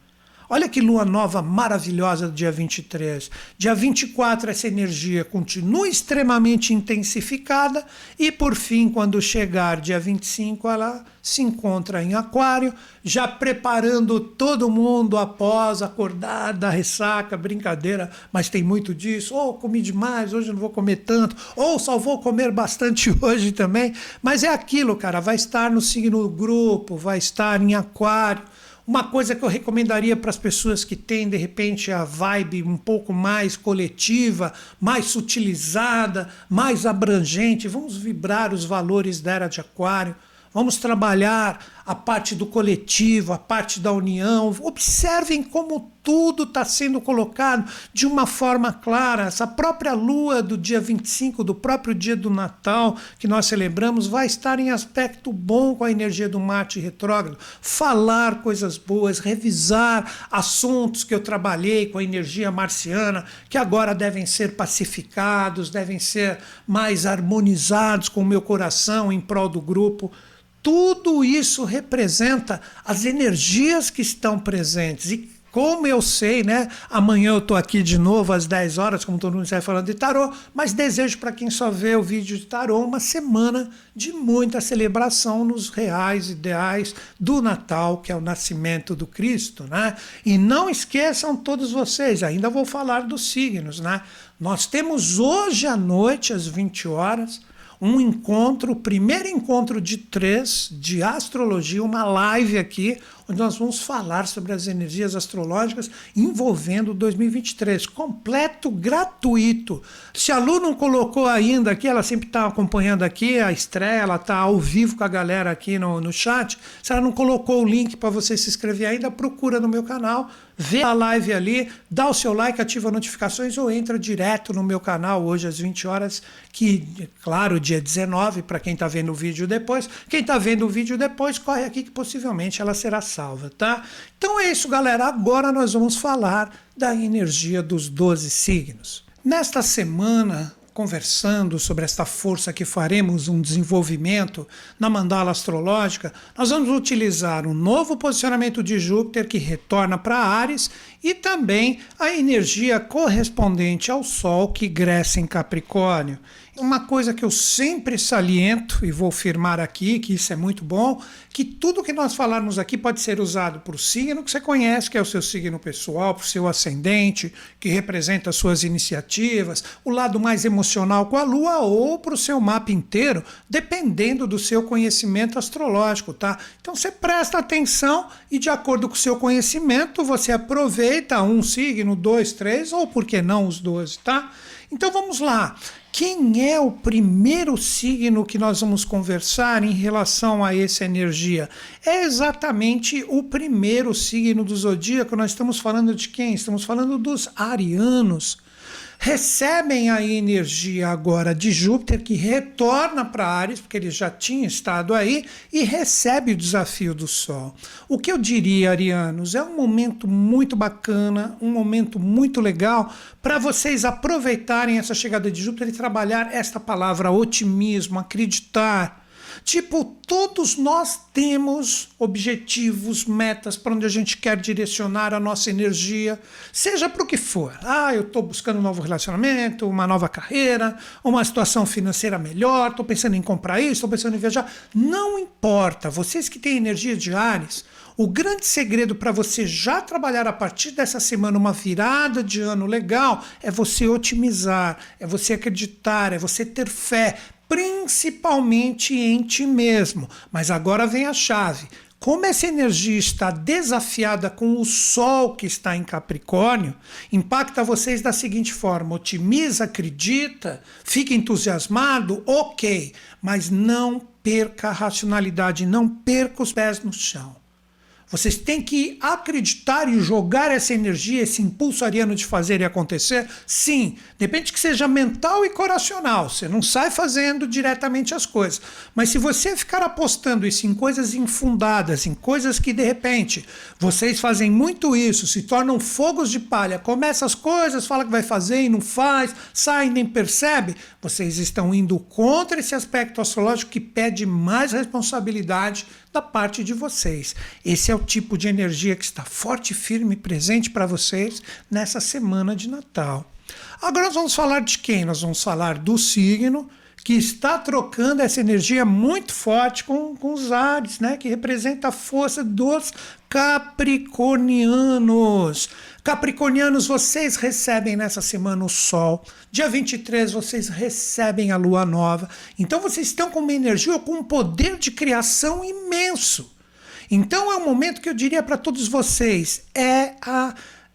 Olha que lua nova maravilhosa do dia vinte e três. Dia vinte e quatro essa energia continua extremamente intensificada e por fim, quando chegar dia vinte e cinco, ela se encontra em Aquário, já preparando todo mundo após acordar da ressaca, brincadeira, mas tem muito disso. Ou oh, comi demais, hoje não vou comer tanto, ou só vou comer bastante hoje também. Mas é aquilo, cara, vai estar no signo do grupo, vai estar em Aquário. Uma coisa que eu recomendaria para as pessoas que têm, de repente, a vibe um pouco mais coletiva, mais sutilizada, mais abrangente, vamos vibrar os valores da era de Aquário, vamos trabalhar a parte do coletivo, a parte da união. Observem como tudo está sendo colocado de uma forma clara. Essa própria lua do dia vinte e cinco, do próprio dia do Natal que nós celebramos, vai estar em aspecto bom com a energia do Marte retrógrado. Falar coisas boas, revisar assuntos que eu trabalhei com a energia marciana, que agora devem ser pacificados, devem ser mais harmonizados com o meu coração em prol do grupo. Tudo isso representa as energias que estão presentes. E como eu sei, né? Amanhã eu estou aqui de novo às dez horas, como todo mundo está falando de tarô, mas desejo para quem só vê o vídeo de tarô uma semana de muita celebração nos reais ideais do Natal, que é o nascimento do Cristo, né? E não esqueçam todos vocês, ainda vou falar dos signos, né? Nós temos hoje à noite, às vinte horas, um encontro, o primeiro encontro de três de astrologia, uma live aqui, onde nós vamos falar sobre as energias astrológicas envolvendo dois mil e vinte e três, completo, gratuito. Se a Lu não colocou ainda aqui, ela sempre está acompanhando aqui a estreia, ela está ao vivo com a galera aqui no, no chat, se ela não colocou o link para você se inscrever ainda, procura no meu canal, vê a live ali, dá o seu like, ativa notificações ou entra direto no meu canal hoje às vinte horas, que, claro, dia dezenove, para quem está vendo o vídeo depois. Quem está vendo o vídeo depois, corre aqui que possivelmente ela será salva, tá? Então é isso, galera. Agora nós vamos falar da energia dos doze signos. Nesta semana, conversando sobre esta força que faremos um desenvolvimento na mandala astrológica, nós vamos utilizar um novo posicionamento de Júpiter que retorna para Áries e também a energia correspondente ao Sol que ingressa em Capricórnio. Uma coisa que eu sempre saliento, e vou firmar aqui, que isso é muito bom, que tudo que nós falarmos aqui pode ser usado para o signo que você conhece, que é o seu signo pessoal, para o seu ascendente, que representa as suas iniciativas, o lado mais emocional com a Lua, ou para o seu mapa inteiro, dependendo do seu conhecimento astrológico, tá? Então você presta atenção e, de acordo com o seu conhecimento, você aproveita um signo, dois, três, ou por que não os doze, tá? Então vamos lá. Quem é o primeiro signo que nós vamos conversar em relação a essa energia? É exatamente o primeiro signo do zodíaco. Nós estamos falando de quem? Estamos falando dos arianos. Recebem a energia agora de Júpiter, que retorna para Áries, porque ele já tinha estado aí, e recebe o desafio do Sol. O que eu diria, arianos, é um momento muito bacana, um momento muito legal para vocês aproveitarem essa chegada de Júpiter e trabalhar esta palavra otimismo, acreditar. Tipo, todos nós temos objetivos, metas para onde a gente quer direcionar a nossa energia, seja para o que for. Ah, eu estou buscando um novo relacionamento, uma nova carreira, uma situação financeira melhor, estou pensando em comprar isso, estou pensando em viajar. Não importa, vocês que têm energia de Áries, o grande segredo para você já trabalhar a partir dessa semana uma virada de ano legal é você otimizar, é você acreditar, é você ter fé, principalmente em ti mesmo. Mas agora vem a chave. Como essa energia está desafiada com o Sol que está em Capricórnio, impacta vocês da seguinte forma: otimiza, acredita, fica entusiasmado, ok, mas não perca a racionalidade, não perca os pés no chão. Vocês têm que acreditar e jogar essa energia, esse impulso ariano de fazer e acontecer. Sim, depende que seja mental e coracional. Você não sai fazendo diretamente as coisas. Mas se você ficar apostando isso em coisas infundadas, em coisas que de repente vocês fazem muito isso, se tornam fogos de palha, começa as coisas, fala que vai fazer e não faz, sai e nem percebe, vocês estão indo contra esse aspecto astrológico que pede mais responsabilidade da parte de vocês. Esse é o tipo de energia que está forte, firme e presente para vocês nessa semana de Natal. Agora nós vamos falar de quem? Nós vamos falar do signo que está trocando essa energia muito forte com, com os Ares, né? Que representa a força dos capricornianos. Capricornianos, vocês recebem nessa semana o Sol. Dia vinte e três vocês recebem a Lua Nova. Então vocês estão com uma energia, com um poder de criação imenso. Então é um momento que eu diria para todos vocês, é a...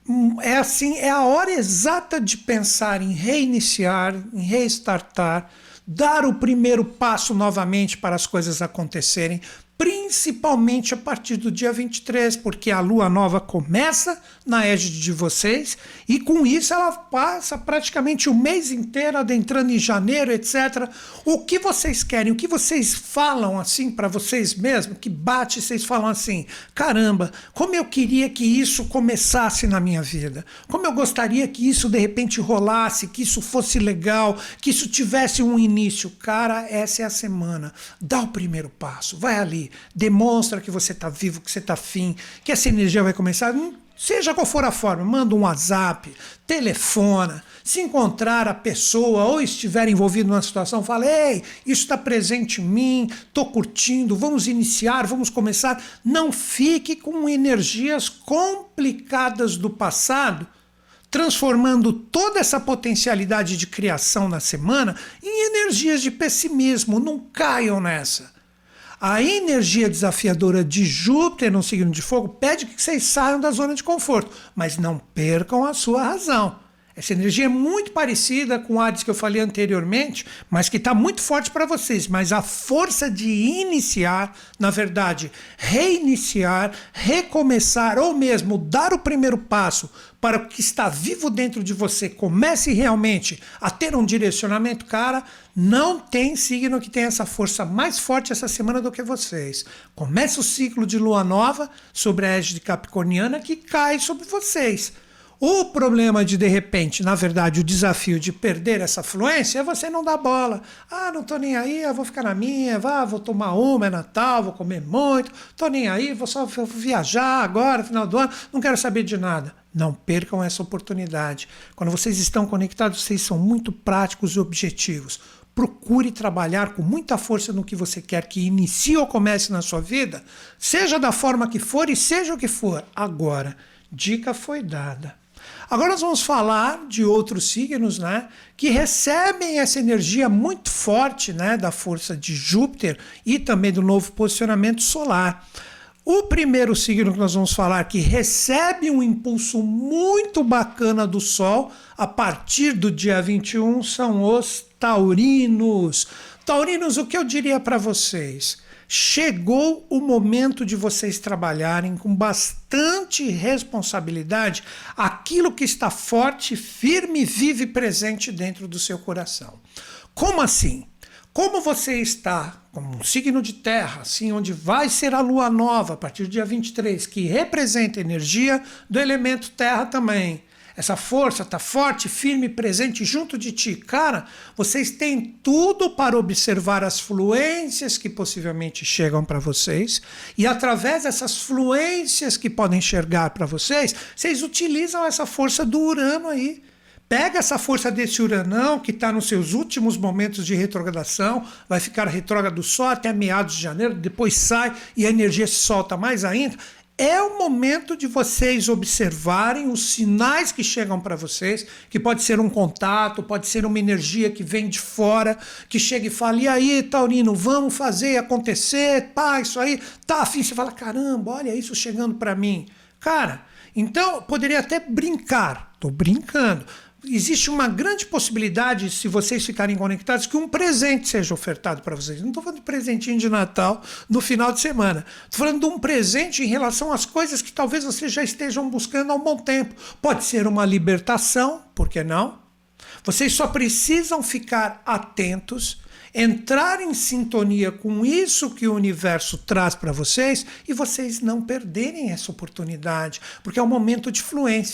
É assim, é a hora exata de pensar em reiniciar, em restartar, dar o primeiro passo novamente para as coisas acontecerem, principalmente a partir do dia vinte e três, porque a lua nova começa na égide de vocês e com isso ela passa praticamente o mês inteiro adentrando em janeiro, etcétera. O que vocês querem, o que vocês falam assim para vocês mesmos, que bate, vocês falam assim, caramba, como eu queria que isso começasse na minha vida, como eu gostaria que isso de repente rolasse, que isso fosse legal, que isso tivesse um início. Cara, essa é a semana, dá o primeiro passo, vai ali, demonstra que você está vivo, que você está afim, que essa energia vai começar, seja qual for a forma, manda um WhatsApp, telefona, se encontrar a pessoa ou estiver envolvido numa situação, fala, ei, isso está presente em mim, estou curtindo, vamos iniciar, vamos começar. Não fique com energias complicadas do passado, transformando toda essa potencialidade de criação na semana em energias de pessimismo. Não caiam nessa. A energia desafiadora de Júpiter no signo de fogo pede que vocês saiam da zona de conforto, mas não percam a sua razão. Essa energia é muito parecida com a Ares que eu falei anteriormente, mas que está muito forte para vocês. Mas a força de iniciar, na verdade, reiniciar, recomeçar ou mesmo dar o primeiro passo para o que está vivo dentro de você comece realmente a ter um direcionamento, cara, não tem signo que tenha essa força mais forte essa semana do que vocês. Começa o ciclo de lua nova sobre a égide capricorniana que cai sobre vocês. O problema de, de repente, na verdade, o desafio de perder essa fluência é você não dar bola. Ah, não tô nem aí, eu vou ficar na minha, vá, vou tomar uma, é Natal, vou comer muito, tô nem aí, vou só vou viajar agora, final do ano, não quero saber de nada. Não percam essa oportunidade. Quando vocês estão conectados, vocês são muito práticos e objetivos. Procure trabalhar com muita força no que você quer que inicie ou comece na sua vida, seja da forma que for e seja o que for. Agora, dica foi dada. Agora nós vamos falar de outros signos, né, que recebem essa energia muito forte, né, da força de Júpiter e também do novo posicionamento solar. O primeiro signo que nós vamos falar que recebe um impulso muito bacana do Sol a partir do dia vinte e um são os taurinos. Taurinos, o que eu diria para vocês? Chegou o momento de vocês trabalharem com bastante responsabilidade aquilo que está forte, firme, vive e presente dentro do seu coração. Como assim? Como você está como um signo de terra, assim, onde vai ser a lua nova a partir do dia vinte e três, que representa a energia do elemento terra também. Essa força está forte, firme, presente junto de ti. Cara, vocês têm tudo para observar as fluências que possivelmente chegam para vocês. E através dessas fluências que podem chegar para vocês, vocês utilizam essa força do Urano aí. Pega essa força desse Uranão, que está nos seus últimos momentos de retrogradação, vai ficar retrógrado só até meados de janeiro, depois sai e a energia se solta mais ainda. É o momento de vocês observarem os sinais que chegam para vocês, que pode ser um contato, pode ser uma energia que vem de fora, que chega e fala, e aí, Taurino, vamos fazer acontecer, pá, isso aí, tá afim, você fala, caramba, olha isso chegando para mim. Cara, então, poderia até brincar, tô brincando, existe uma grande possibilidade, se vocês ficarem conectados, que um presente seja ofertado para vocês. Não estou falando de presentinho de Natal no final de semana. Estou falando de um presente em relação às coisas que talvez vocês já estejam buscando há um bom tempo. Pode ser uma libertação, por que não? Vocês só precisam ficar atentos, entrar em sintonia com isso que o universo traz para vocês e vocês não perderem essa oportunidade, porque é um momento de fluência.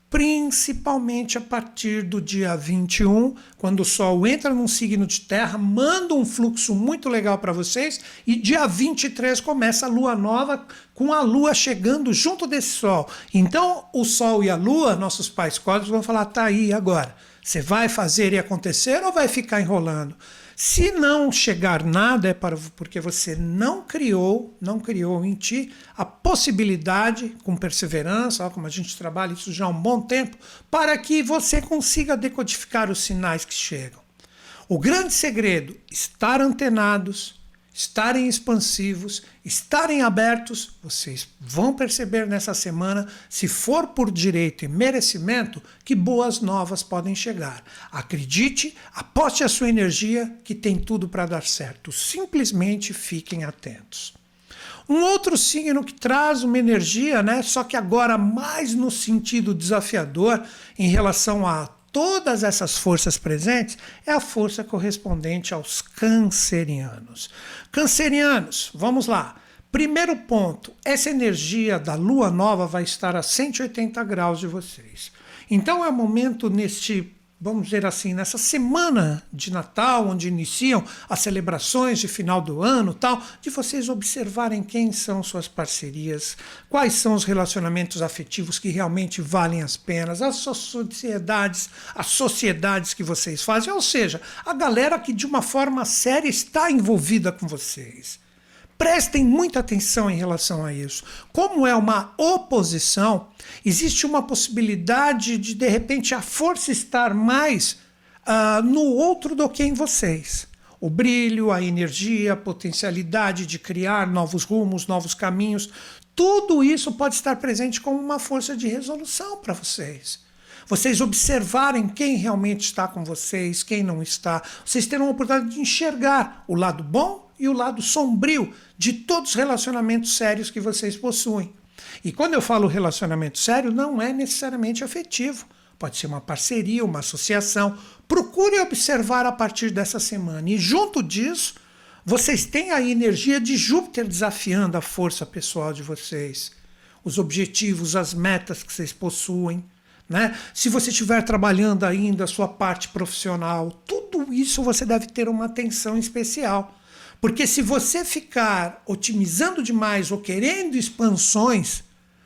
principalmente a partir do dia vinte e um, quando o Sol entra num signo de terra, manda um fluxo muito legal para vocês, e dia vinte e três começa a lua nova, com a lua chegando junto desse Sol. Então o Sol e a lua, nossos pais cósmicos, vão falar, tá aí agora, você vai fazer e acontecer ou vai ficar enrolando? Se não chegar nada, é para, porque você não criou, não criou em ti a possibilidade, com perseverança, ó, como a gente trabalha isso já há um bom tempo, para que você consiga decodificar os sinais que chegam. O grande segredo, estar antenados, estarem expansivos, estarem abertos, vocês vão perceber nessa semana, se for por direito e merecimento, que boas novas podem chegar. Acredite, aposte a sua energia, que tem tudo para dar certo. Simplesmente fiquem atentos. Um outro signo que traz uma energia, né, só que agora mais no sentido desafiador em relação a todas essas forças presentes, é a força correspondente aos cancerianos. Cancerianos, vamos lá. Primeiro ponto, essa energia da lua nova vai estar a cento e oitenta graus de vocês. Então é o momento neste, vamos dizer assim, nessa semana de Natal, onde iniciam as celebrações de final do ano, tal, de vocês observarem quem são suas parcerias, quais são os relacionamentos afetivos que realmente valem as penas, as sociedades, as sociedades que vocês fazem, ou seja, a galera que de uma forma séria está envolvida com vocês. Prestem muita atenção em relação a isso. Como é uma oposição, existe uma possibilidade de, de repente, a força estar mais uh, no outro do que em vocês. O brilho, a energia, a potencialidade de criar novos rumos, novos caminhos, tudo isso pode estar presente como uma força de resolução para vocês. Vocês observarem quem realmente está com vocês, quem não está. Vocês terão a oportunidade de enxergar o lado bom e o lado sombrio de todos os relacionamentos sérios que vocês possuem. E quando eu falo relacionamento sério, não é necessariamente afetivo. Pode ser uma parceria, uma associação. Procure observar a partir dessa semana. E junto disso, vocês têm a energia de Júpiter desafiando a força pessoal de vocês. Os objetivos, as metas que vocês possuem. Né? Se você estiver trabalhando ainda a sua parte profissional, tudo isso você deve ter uma atenção especial. Porque se você ficar otimizando demais ou querendo expansões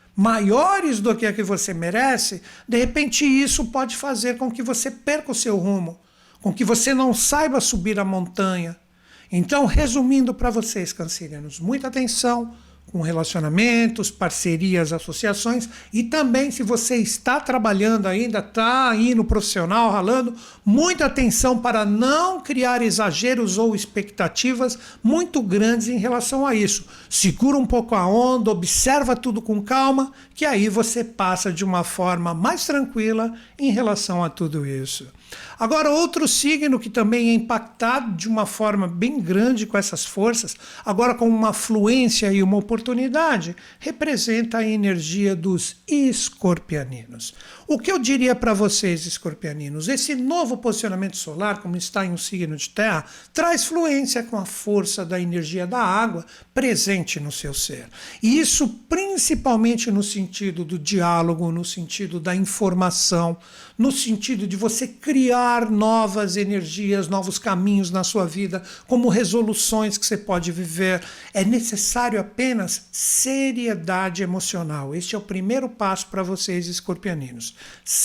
maiores do que a que você merece, de repente isso pode fazer com que você perca o seu rumo, com que você não saiba subir a montanha. Então, resumindo para vocês, cancerianos, muita atenção com relacionamentos, parcerias, associações, e também se você está trabalhando ainda, está aí no profissional, ralando, muita atenção para não criar exageros ou expectativas muito grandes em relação a isso. Segura um pouco a onda, observa tudo com calma, que aí você passa de uma forma mais tranquila em relação a tudo isso. Agora, outro signo que também é impactado de uma forma bem grande com essas forças, agora com uma fluência e uma oportunidade, representa a energia dos escorpianinos. O que eu diria para vocês, escorpianinos? Esse novo posicionamento solar, como está em um signo de terra, traz fluência com a força da energia da água presente no seu ser. E isso principalmente no sentido do diálogo, no sentido da informação, no sentido de você criar novas energias, novos caminhos na sua vida, como resoluções que você pode viver. É necessário apenas seriedade emocional. Este é o primeiro passo para vocês, escorpianinos.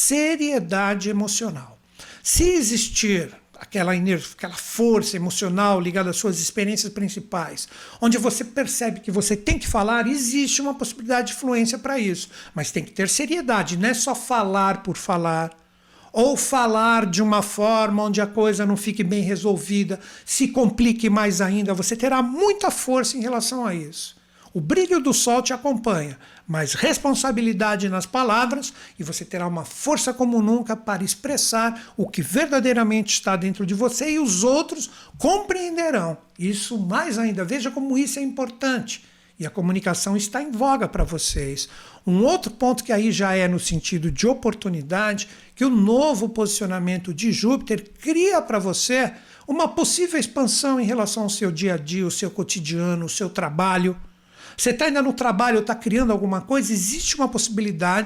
Seriedade emocional. Se existir aquela energia, aquela força emocional ligada às suas experiências principais, onde você percebe que você tem que falar, existe uma possibilidade de fluência para isso. Mas tem que ter seriedade, não é só falar por falar, ou falar de uma forma onde a coisa não fique bem resolvida, se complique mais ainda. Você terá muita força em relação a isso. O brilho do sol te acompanha, mas responsabilidade nas palavras, e você terá uma força como nunca para expressar o que verdadeiramente está dentro de você, e os outros compreenderão. Isso mais ainda, veja como isso é importante. E a comunicação está em voga para vocês. Um outro ponto que aí já é no sentido de oportunidade, que o novo posicionamento de Júpiter cria para você uma possível expansão em relação ao seu dia a dia, o seu cotidiano, o seu trabalho. Você está ainda no trabalho, está criando alguma coisa, existe uma possibilidade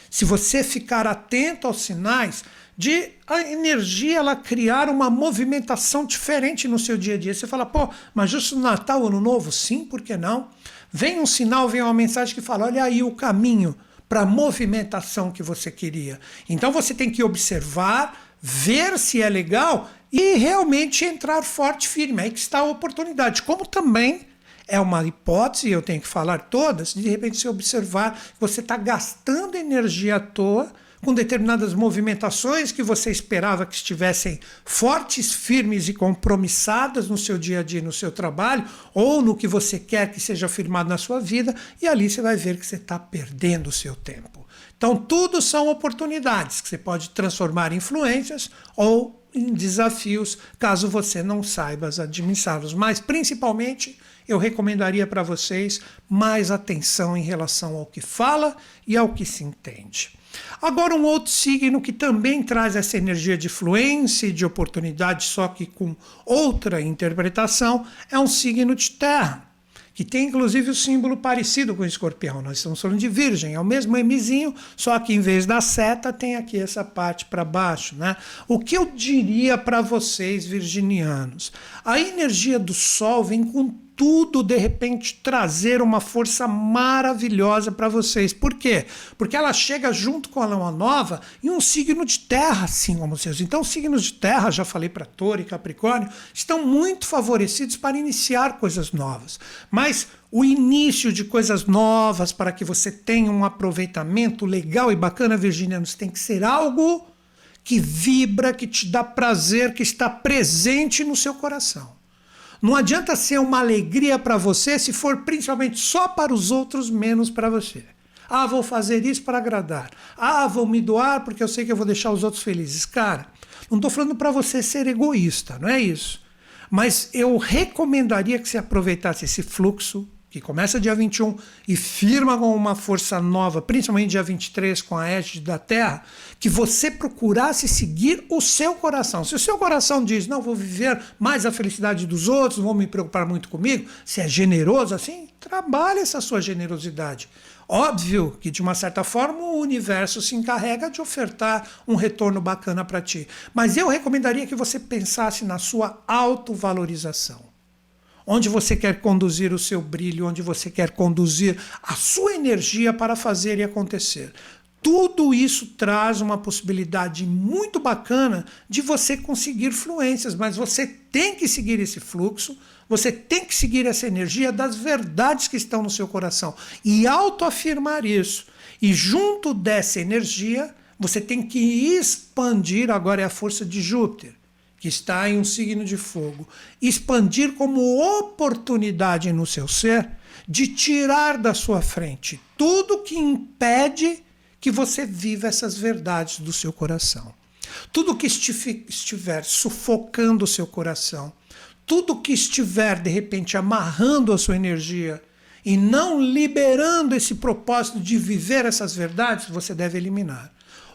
se você ficar atento aos sinais de a energia ela criar uma movimentação diferente no seu dia a dia. Você fala, pô, mas justo no Natal, Ano Novo? Sim, por que não? Vem um sinal, vem uma mensagem que fala, olha aí o caminho para a movimentação que você queria. Então você tem que observar, ver se é legal e realmente entrar forte e firme. Aí que está a oportunidade. Como também é uma hipótese, eu tenho que falar todas, de repente você observar que você está gastando energia à toa com determinadas movimentações que você esperava que estivessem fortes, firmes e compromissadas no seu dia a dia, no seu trabalho, ou no que você quer que seja firmado na sua vida, e ali você vai ver que você está perdendo o seu tempo. Então, tudo são oportunidades que você pode transformar em influências ou em desafios, caso você não saiba administrá-los. Mas, principalmente, eu recomendaria para vocês mais atenção em relação ao que fala e ao que se entende. Agora, um outro signo que também traz essa energia de fluência e de oportunidade, só que com outra interpretação, é um signo de terra, que tem inclusive o símbolo parecido com o escorpião. Nós estamos falando de virgem, é o mesmo Mzinho, só que em vez da seta tem aqui essa parte para baixo, né? O que eu diria para vocês, virginianos? A energia do sol vem com tudo, de repente, trazer uma força maravilhosa para vocês. Por quê? Porque ela chega junto com a lua nova em um signo de terra, assim como vocês. Então, os signos de terra, já falei para Touro e Capricórnio, estão muito favorecidos para iniciar coisas novas. Mas o início de coisas novas, para que você tenha um aproveitamento legal e bacana, virginianos, tem que ser algo que vibra, que te dá prazer, que está presente no seu coração. Não adianta ser uma alegria para você se for principalmente só para os outros, menos para você. Ah, vou fazer isso para agradar. Ah, vou me doar porque eu sei que eu vou deixar os outros felizes. Cara, não estou falando para você ser egoísta, não é isso. Mas eu recomendaria que você aproveitasse esse fluxo, que começa dia vinte e um e firma com uma força nova, principalmente dia vinte e três com a égide da Terra, que você procurasse seguir o seu coração. Se o seu coração diz, não, vou viver mais a felicidade dos outros, não vou me preocupar muito comigo, se é generoso assim, trabalhe essa sua generosidade. Óbvio que, de uma certa forma, o universo se encarrega de ofertar um retorno bacana para ti. Mas eu recomendaria que você pensasse na sua autovalorização. Onde você quer conduzir o seu brilho, onde você quer conduzir a sua energia para fazer e acontecer. Tudo isso traz uma possibilidade muito bacana de você conseguir fluências, mas você tem que seguir esse fluxo, você tem que seguir essa energia das verdades que estão no seu coração e autoafirmar isso. E junto dessa energia, você tem que expandir, agora é a força de Júpiter, que está em um signo de fogo, expandir como oportunidade no seu ser de tirar da sua frente tudo que impede que você viva essas verdades do seu coração. Tudo que estiver sufocando o seu coração, tudo que estiver, de repente, amarrando a sua energia e não liberando esse propósito de viver essas verdades, você deve eliminar.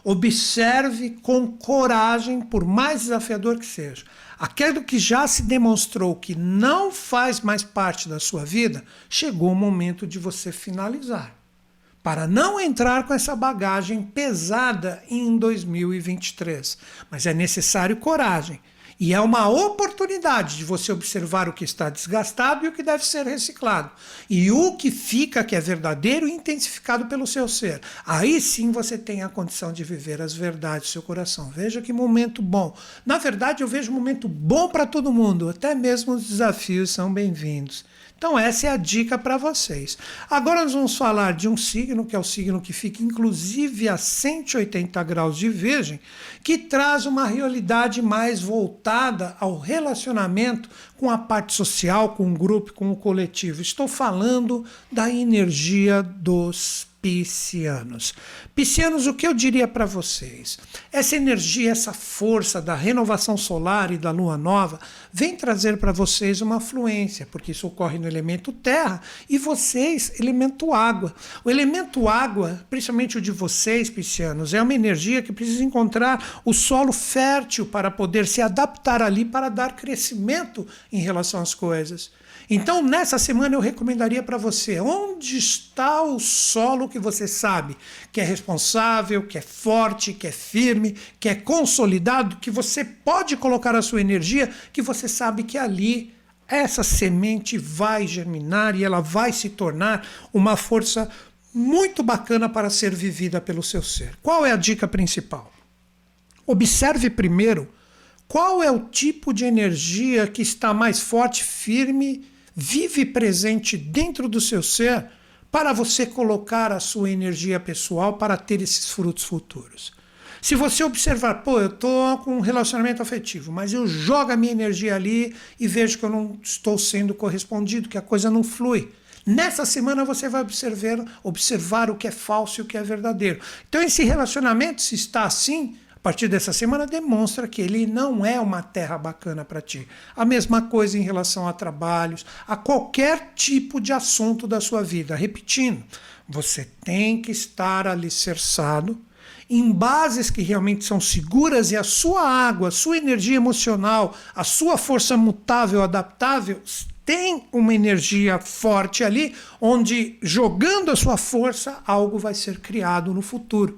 Observe com coragem, por mais desafiador que seja. Aquilo que já se demonstrou que não faz mais parte da sua vida, chegou o momento de você finalizar. Para não entrar com essa bagagem pesada em dois mil e vinte e três. Mas é necessário coragem. E é uma oportunidade de você observar o que está desgastado e o que deve ser reciclado. E o que fica, que é verdadeiro, intensificado pelo seu ser. Aí sim você tem a condição de viver as verdades do seu coração. Veja que momento bom. Na verdade, eu vejo um momento bom para todo mundo. Até mesmo os desafios são bem-vindos. Então essa é a dica para vocês. Agora nós vamos falar de um signo, que é o signo que fica inclusive a cento e oitenta graus de Virgem, que traz uma realidade mais voltada ao relacionamento com a parte social, com o grupo, com o coletivo. Estou falando da energia dos piscianos. Piscianos, o que eu diria para vocês? Essa energia, essa força da renovação solar e da lua nova vem trazer para vocês uma fluência, porque isso ocorre no elemento terra e vocês, elemento água. O elemento água, principalmente o de vocês, piscianos, é uma energia que precisa encontrar o solo fértil para poder se adaptar ali, para dar crescimento em relação às coisas. Então, nessa semana eu recomendaria para você, onde está o solo que você sabe que é responsável, que é forte, que é firme, que é consolidado, que você pode colocar a sua energia, que você sabe que ali essa semente vai germinar e ela vai se tornar uma força muito bacana para ser vivida pelo seu ser. Qual é a dica principal? Observe primeiro qual é o tipo de energia que está mais forte, firme, vive presente dentro do seu ser para você colocar a sua energia pessoal para ter esses frutos futuros. Se você observar, pô, eu estou com um relacionamento afetivo, mas eu jogo a minha energia ali e vejo que eu não estou sendo correspondido, que a coisa não flui. Nessa semana você vai observar, observar o que é falso e o que é verdadeiro. Então esse relacionamento, se está assim, a partir dessa semana demonstra que ele não é uma terra bacana para ti. A mesma coisa em relação a trabalhos, a qualquer tipo de assunto da sua vida. Repetindo, você tem que estar alicerçado em bases que realmente são seguras e a sua água, a sua energia emocional, a sua força mutável, adaptável, tem uma energia forte ali, onde jogando a sua força, algo vai ser criado no futuro.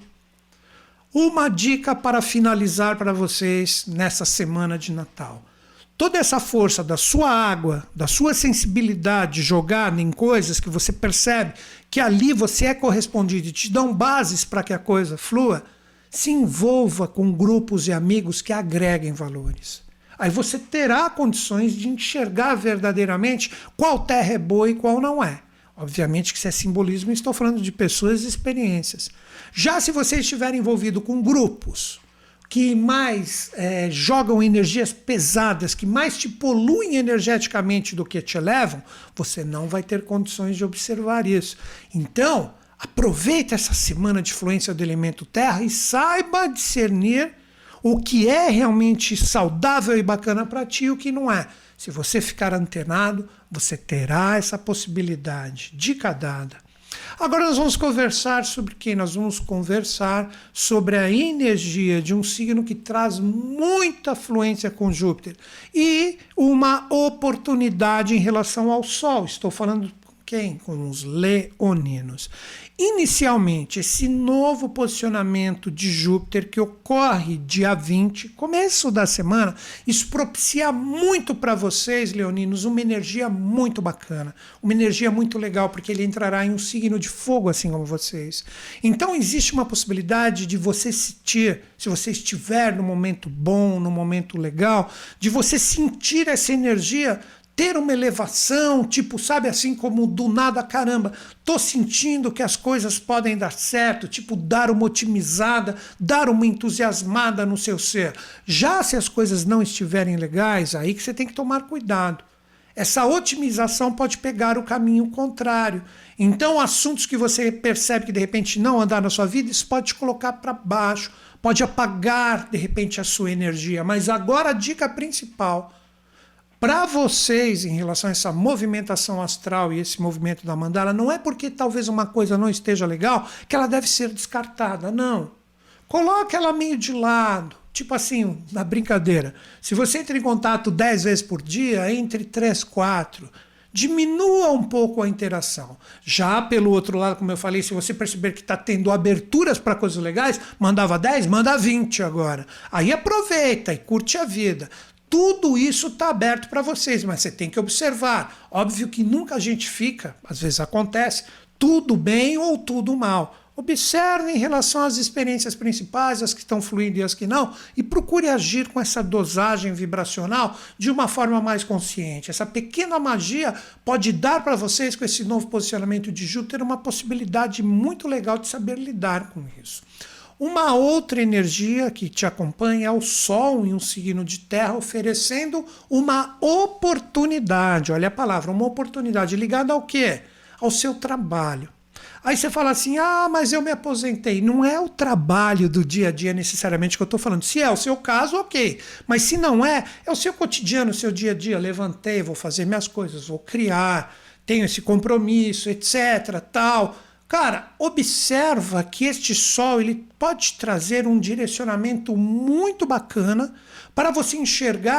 Uma dica para finalizar para vocês nessa semana de Natal. Toda essa força da sua água, da sua sensibilidade jogada em coisas que você percebe que ali você é correspondido e te dão bases para que a coisa flua, se envolva com grupos e amigos que agreguem valores. Aí você terá condições de enxergar verdadeiramente qual terra é boa e qual não é. Obviamente que isso é simbolismo, estou falando de pessoas e experiências. Já se você estiver envolvido com grupos que mais é, jogam energias pesadas, que mais te poluem energeticamente do que te elevam, você não vai ter condições de observar isso. Então, aproveite essa semana de fluência do elemento terra e saiba discernir o que é realmente saudável e bacana para ti e o que não é. Se você ficar antenado, você terá essa possibilidade. Dica dada. Agora nós vamos conversar sobre quem? Nós vamos conversar sobre a energia de um signo que traz muita fluência com Júpiter e uma oportunidade em relação ao Sol. Estou falando com quem? Com os leoninos. Inicialmente, esse novo posicionamento de Júpiter que ocorre dia vinte, começo da semana, isso propicia muito para vocês, leoninos, uma energia muito bacana, uma energia muito legal, porque ele entrará em um signo de fogo, assim como vocês. Então existe uma possibilidade de você sentir, se você estiver no momento bom, no momento legal, de você sentir essa energia ter uma elevação, tipo, sabe, assim como do nada, caramba, tô sentindo que as coisas podem dar certo, tipo, dar uma otimizada, dar uma entusiasmada no seu ser. Já se as coisas não estiverem legais, aí que você tem que tomar cuidado. Essa otimização pode pegar o caminho contrário. Então, assuntos que você percebe que de repente não andar na sua vida, isso pode te colocar para baixo, pode apagar de repente a sua energia. Mas agora a dica principal para vocês, em relação a essa movimentação astral e esse movimento da mandala, não é porque talvez uma coisa não esteja legal que ela deve ser descartada, não. Coloque ela meio de lado, tipo assim, na brincadeira. Se você entra em contato dez vezes por dia, entre três, quatro, diminua um pouco a interação. Já pelo outro lado, como eu falei, se você perceber que está tendo aberturas para coisas legais, mandava dez, manda vinte agora. Aí aproveita e curte a vida. Tudo isso está aberto para vocês, mas você tem que observar. Óbvio que nunca a gente fica, às vezes acontece, tudo bem ou tudo mal. Observe em relação às experiências principais, as que estão fluindo e as que não, e procure agir com essa dosagem vibracional de uma forma mais consciente. Essa pequena magia pode dar para vocês, com esse novo posicionamento de Júpiter, uma possibilidade muito legal de saber lidar com isso. Uma outra energia que te acompanha é o Sol em um signo de terra, oferecendo uma oportunidade. Olha a palavra, uma oportunidade ligada ao quê? Ao seu trabalho. Aí você fala assim, ah, mas eu me aposentei. Não é o trabalho do dia a dia necessariamente que eu estou falando. Se é o seu caso, ok. Mas se não é, é o seu cotidiano, o seu dia a dia. Levantei, vou fazer minhas coisas, vou criar, tenho esse compromisso, etc, tal. Cara, observa que este Sol ele pode trazer um direcionamento muito bacana para você enxergar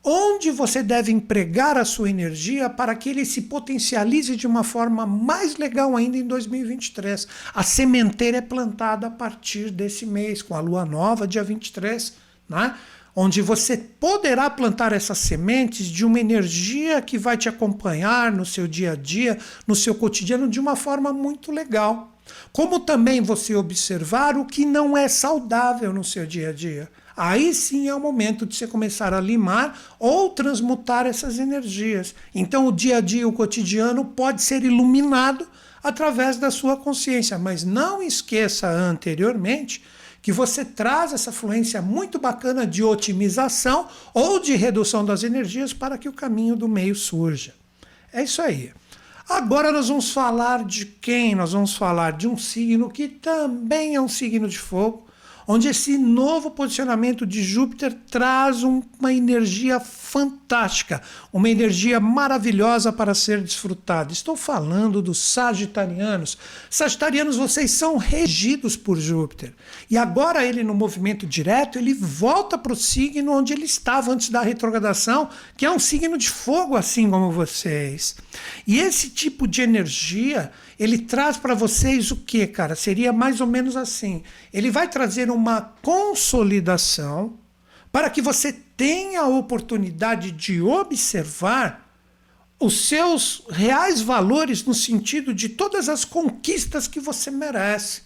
onde você deve empregar a sua energia para que ele se potencialize de uma forma mais legal ainda em dois mil e vinte e três. A sementeira é plantada a partir desse mês, com a lua nova, dia vinte e três, né? Onde você poderá plantar essas sementes de uma energia que vai te acompanhar no seu dia a dia, no seu cotidiano, de uma forma muito legal. Como também você observar o que não é saudável no seu dia a dia. Aí sim é o momento de você começar a limar ou transmutar essas energias. Então o dia a dia, o cotidiano pode ser iluminado através da sua consciência, mas não esqueça anteriormente que você traz essa fluência muito bacana de otimização ou de redução das energias para que o caminho do meio surja. É isso aí. Agora nós vamos falar de quem? Nós vamos falar de um signo que também é um signo de fogo, onde esse novo posicionamento de Júpiter traz um, uma energia fantástica, uma energia maravilhosa para ser desfrutada. Estou falando dos sagitarianos. Sagitarianos, vocês são regidos por Júpiter. E agora ele, no movimento direto, ele volta para o signo onde ele estava antes da retrogradação, que é um signo de fogo, assim como vocês. E esse tipo de energia, ele traz para vocês o que, cara? Seria mais ou menos assim. Ele vai trazer uma consolidação para que você tenha a oportunidade de observar os seus reais valores no sentido de todas as conquistas que você merece.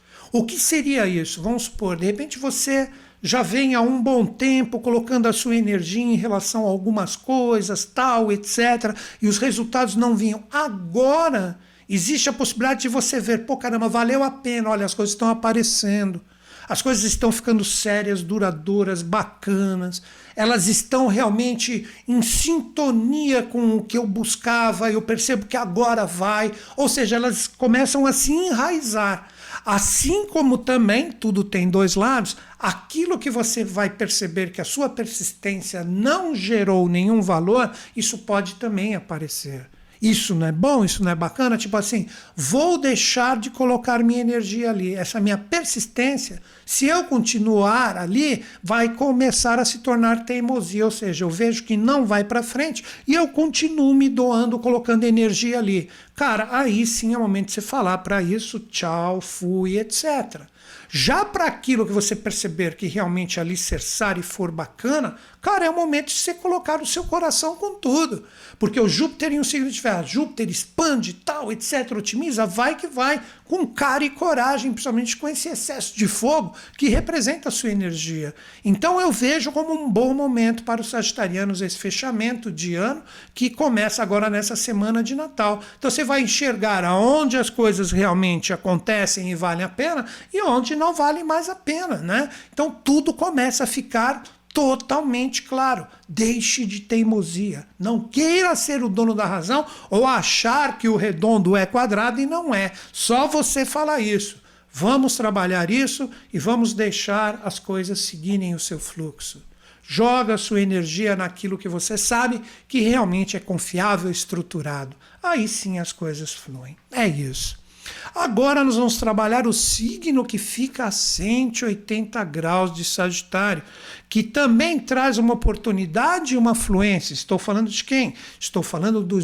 O que seria isso? Vamos supor, de repente você já vem há um bom tempo colocando a sua energia em relação a algumas coisas, tal, etcétera, e os resultados não vinham. Agora existe a possibilidade de você ver, pô, caramba, valeu a pena, olha, as coisas estão aparecendo. As coisas estão ficando sérias, duradouras, bacanas. Elas estão realmente em sintonia com o que eu buscava. Eu percebo que agora vai. Ou seja, elas começam a se enraizar. Assim como também, tudo tem dois lados, aquilo que você vai perceber que a sua persistência não gerou nenhum valor, isso pode também aparecer. Isso não é bom, isso não é bacana, tipo assim, vou deixar de colocar minha energia ali. Essa minha persistência, se eu continuar ali, vai começar a se tornar teimosia, ou seja, eu vejo que não vai para frente e eu continuo me doando, colocando energia ali. Cara, aí sim é o momento de você falar para isso, tchau, fui, etcétera. Já para aquilo que você perceber que realmente alicerçar e for bacana, cara, é o momento de você colocar o seu coração com tudo. Porque o Júpiter em um signo de ferro, Júpiter expande, tal, etcétera, otimiza, vai que vai, com cara e coragem, principalmente com esse excesso de fogo que representa a sua energia. Então eu vejo como um bom momento para os sagitarianos esse fechamento de ano que começa agora nessa semana de Natal. Então você vai enxergar aonde as coisas realmente acontecem e valem a pena e onde não valem mais a pena, né? Então tudo começa a ficar totalmente claro. Deixe de teimosia. Não queira ser o dono da razão ou achar que o redondo é quadrado e não é. Só você fala isso. Vamos trabalhar isso e vamos deixar as coisas seguirem o seu fluxo. Joga a sua energia naquilo que você sabe que realmente é confiável e estruturado. Aí sim as coisas fluem. É isso. Agora nós vamos trabalhar o signo que fica a cento e oitenta graus de Sagitário, que também traz uma oportunidade e uma fluência. Estou falando de quem? Estou falando dos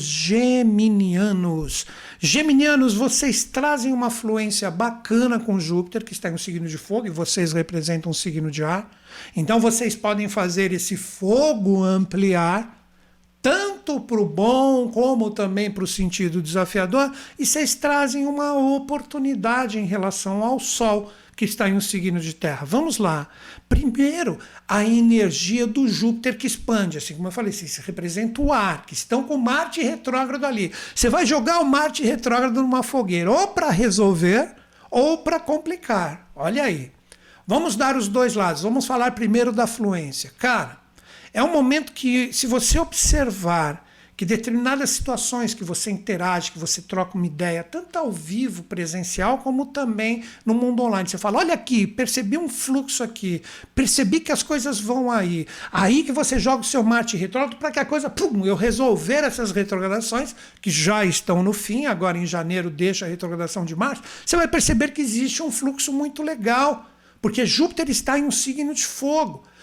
geminianos. Geminianos, vocês trazem uma fluência bacana com Júpiter, que está em um signo de fogo, e vocês representam um signo de ar. Então vocês podem fazer esse fogo ampliar, tanto para o bom como também para o sentido desafiador, e vocês trazem uma oportunidade em relação ao Sol, que está em um signo de terra. Vamos lá. Primeiro, a energia do Júpiter que expande, assim como eu falei, isso representa o ar, que estão com Marte retrógrado ali. Você vai jogar o Marte retrógrado numa fogueira, ou para resolver, ou para complicar. Olha aí. Vamos dar os dois lados. Vamos falar primeiro da fluência. Cara, é um momento que, se você observar que determinadas situações que você interage, que você troca uma ideia, tanto ao vivo, presencial, como também no mundo online, você fala, olha aqui, percebi um fluxo aqui, percebi que as coisas vão aí. Aí que você joga o seu Marte retrógrado para que a coisa, pum, eu resolver essas retrogradações, que já estão no fim, agora em janeiro deixa a retrogradação de Marte, você vai perceber que existe um fluxo muito legal, porque Júpiter está em um signo de fogo.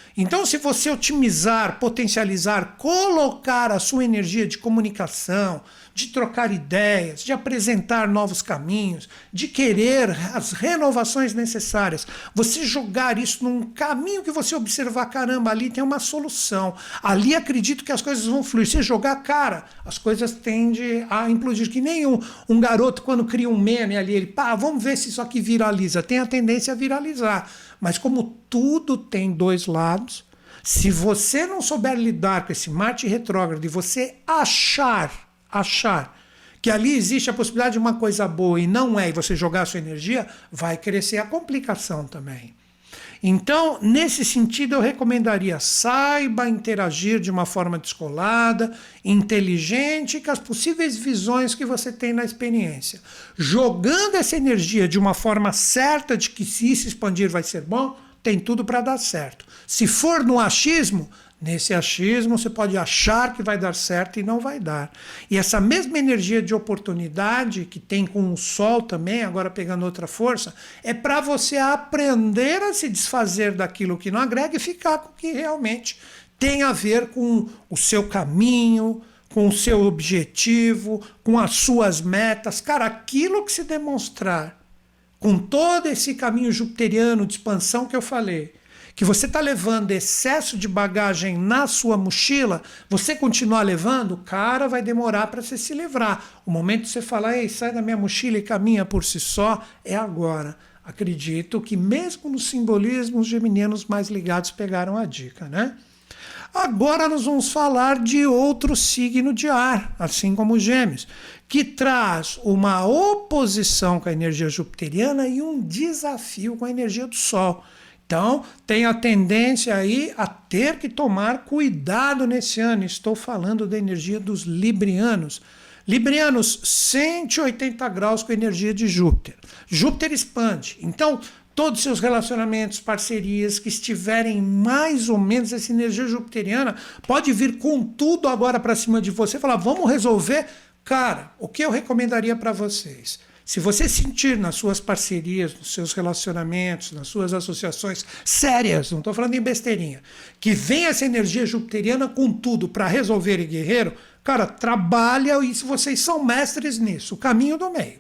Então, se você otimizar, potencializar, colocar a sua energia de comunicação, de trocar ideias, de apresentar novos caminhos, de querer as renovações necessárias, você jogar isso num caminho que você observar, caramba, ali tem uma solução, ali acredito que as coisas vão fluir. Você jogar, cara, as coisas tendem a implodir. Que nem um, um garoto quando cria um meme ali, ele, pá, vamos ver se isso aqui viraliza. Tem a tendência a viralizar. Mas como tudo tem dois lados, se você não souber lidar com esse Marte retrógrado e você achar, achar que ali existe a possibilidade de uma coisa boa e não é, e você jogar a sua energia, vai crescer a complicação também. Então, nesse sentido, eu recomendaria, saiba interagir de uma forma descolada, inteligente, com as possíveis visões que você tem na experiência. Jogando essa energia de uma forma certa de que se isso expandir vai ser bom, tem tudo para dar certo. Se for no achismo, nesse achismo você pode achar que vai dar certo e não vai dar. E essa mesma energia de oportunidade que tem com o Sol também, agora pegando outra força, é para você aprender a se desfazer daquilo que não agrega e ficar com o que realmente tem a ver com o seu caminho, com o seu objetivo, com as suas metas. Cara, aquilo que se demonstrar com todo esse caminho jupiteriano de expansão que eu falei, que você está levando excesso de bagagem na sua mochila, você continuar levando, cara, vai demorar para você se livrar. O momento de você falar, ei, sai da minha mochila e caminha por si só, é agora. Acredito que mesmo nos simbolismos, os geminianos mais ligados pegaram a dica, né? Agora nós vamos falar de outro signo de ar, assim como os Gêmeos, que traz uma oposição com a energia jupiteriana e um desafio com a energia do Sol. Então, tem a tendência aí a ter que tomar cuidado nesse ano. Estou falando da energia dos librianos. Librianos, cento e oitenta graus com a energia de Júpiter. Júpiter expande. Então, todos os seus relacionamentos, parcerias que estiverem mais ou menos essa energia jupiteriana, pode vir com tudo agora para cima de você e falar, vamos resolver. Cara, o que eu recomendaria para vocês? Se você sentir nas suas parcerias, nos seus relacionamentos, nas suas associações sérias, não estou falando em besteirinha, que vem essa energia jupiteriana com tudo para resolver e guerreiro, cara, trabalha e vocês são mestres nisso, o caminho do meio.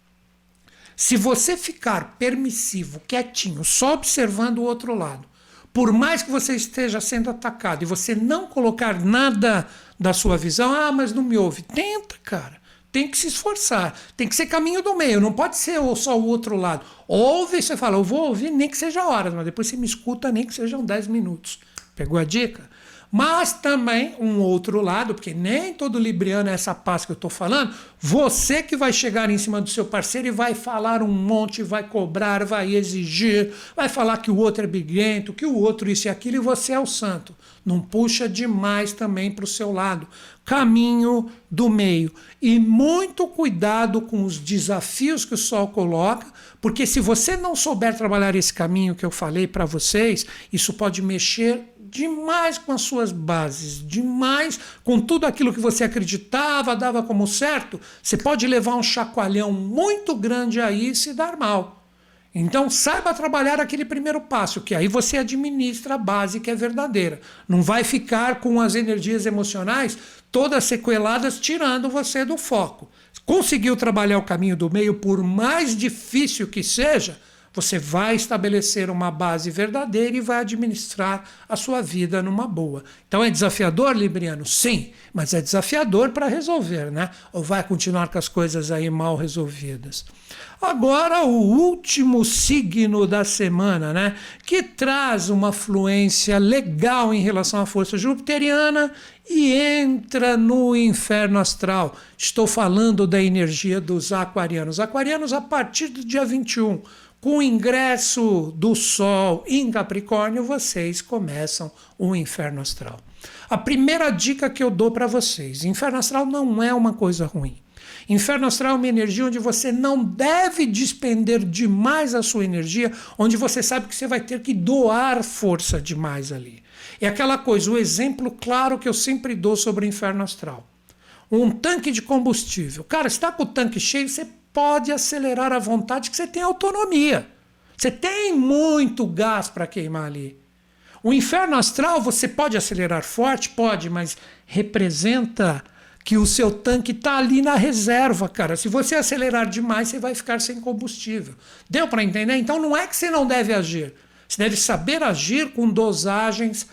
Se você ficar permissivo, quietinho, só observando o outro lado, por mais que você esteja sendo atacado e você não colocar nada da sua visão, ah, mas não me ouve. Tenta, cara. Tem que se esforçar. Tem que ser caminho do meio. Não pode ser só o outro lado. Ouve e você fala, eu vou ouvir nem que seja horas, mas depois você me escuta nem que sejam dez minutos. Pegou a dica? Mas também um outro lado, porque nem todo libriano é essa paz que eu estou falando, você que vai chegar em cima do seu parceiro e vai falar um monte, vai cobrar, vai exigir, vai falar que o outro é briguento, que o outro isso e aquilo, e você é o santo. Não puxa demais também para o seu lado. Caminho do meio. E muito cuidado com os desafios que o Sol coloca, porque se você não souber trabalhar esse caminho que eu falei para vocês, isso pode mexer demais com as suas bases, demais com tudo aquilo que você acreditava, dava como certo, você pode levar um chacoalhão muito grande aí e se dar mal. Então saiba trabalhar aquele primeiro passo, que aí você administra a base que é verdadeira. Não vai ficar com as energias emocionais todas sequeladas, tirando você do foco. Conseguiu trabalhar o caminho do meio, por mais difícil que seja, você vai estabelecer uma base verdadeira e vai administrar a sua vida numa boa. Então é desafiador, libriano? Sim, mas é desafiador para resolver, né? Ou vai continuar com as coisas aí mal resolvidas? Agora o último signo da semana, né? Que traz uma fluência legal em relação à força jupiteriana e entra no inferno astral. Estou falando da energia dos aquarianos. Aquarianos a partir do dia vinte e um. Com o ingresso do Sol em Capricórnio, vocês começam o inferno astral. A primeira dica que eu dou para vocês, inferno astral não é uma coisa ruim. Inferno astral é uma energia onde você não deve despender demais a sua energia, onde você sabe que você vai ter que doar força demais ali. É aquela coisa, o exemplo claro que eu sempre dou sobre o inferno astral. Um tanque de combustível. Cara, se está com o tanque cheio, você pode acelerar à vontade, que você tem autonomia. Você tem muito gás para queimar ali. O inferno astral você pode acelerar forte? Pode, mas representa que o seu tanque está ali na reserva, cara. Se você acelerar demais, você vai ficar sem combustível. Deu para entender? Então não é que você não deve agir. Você deve saber agir com dosagens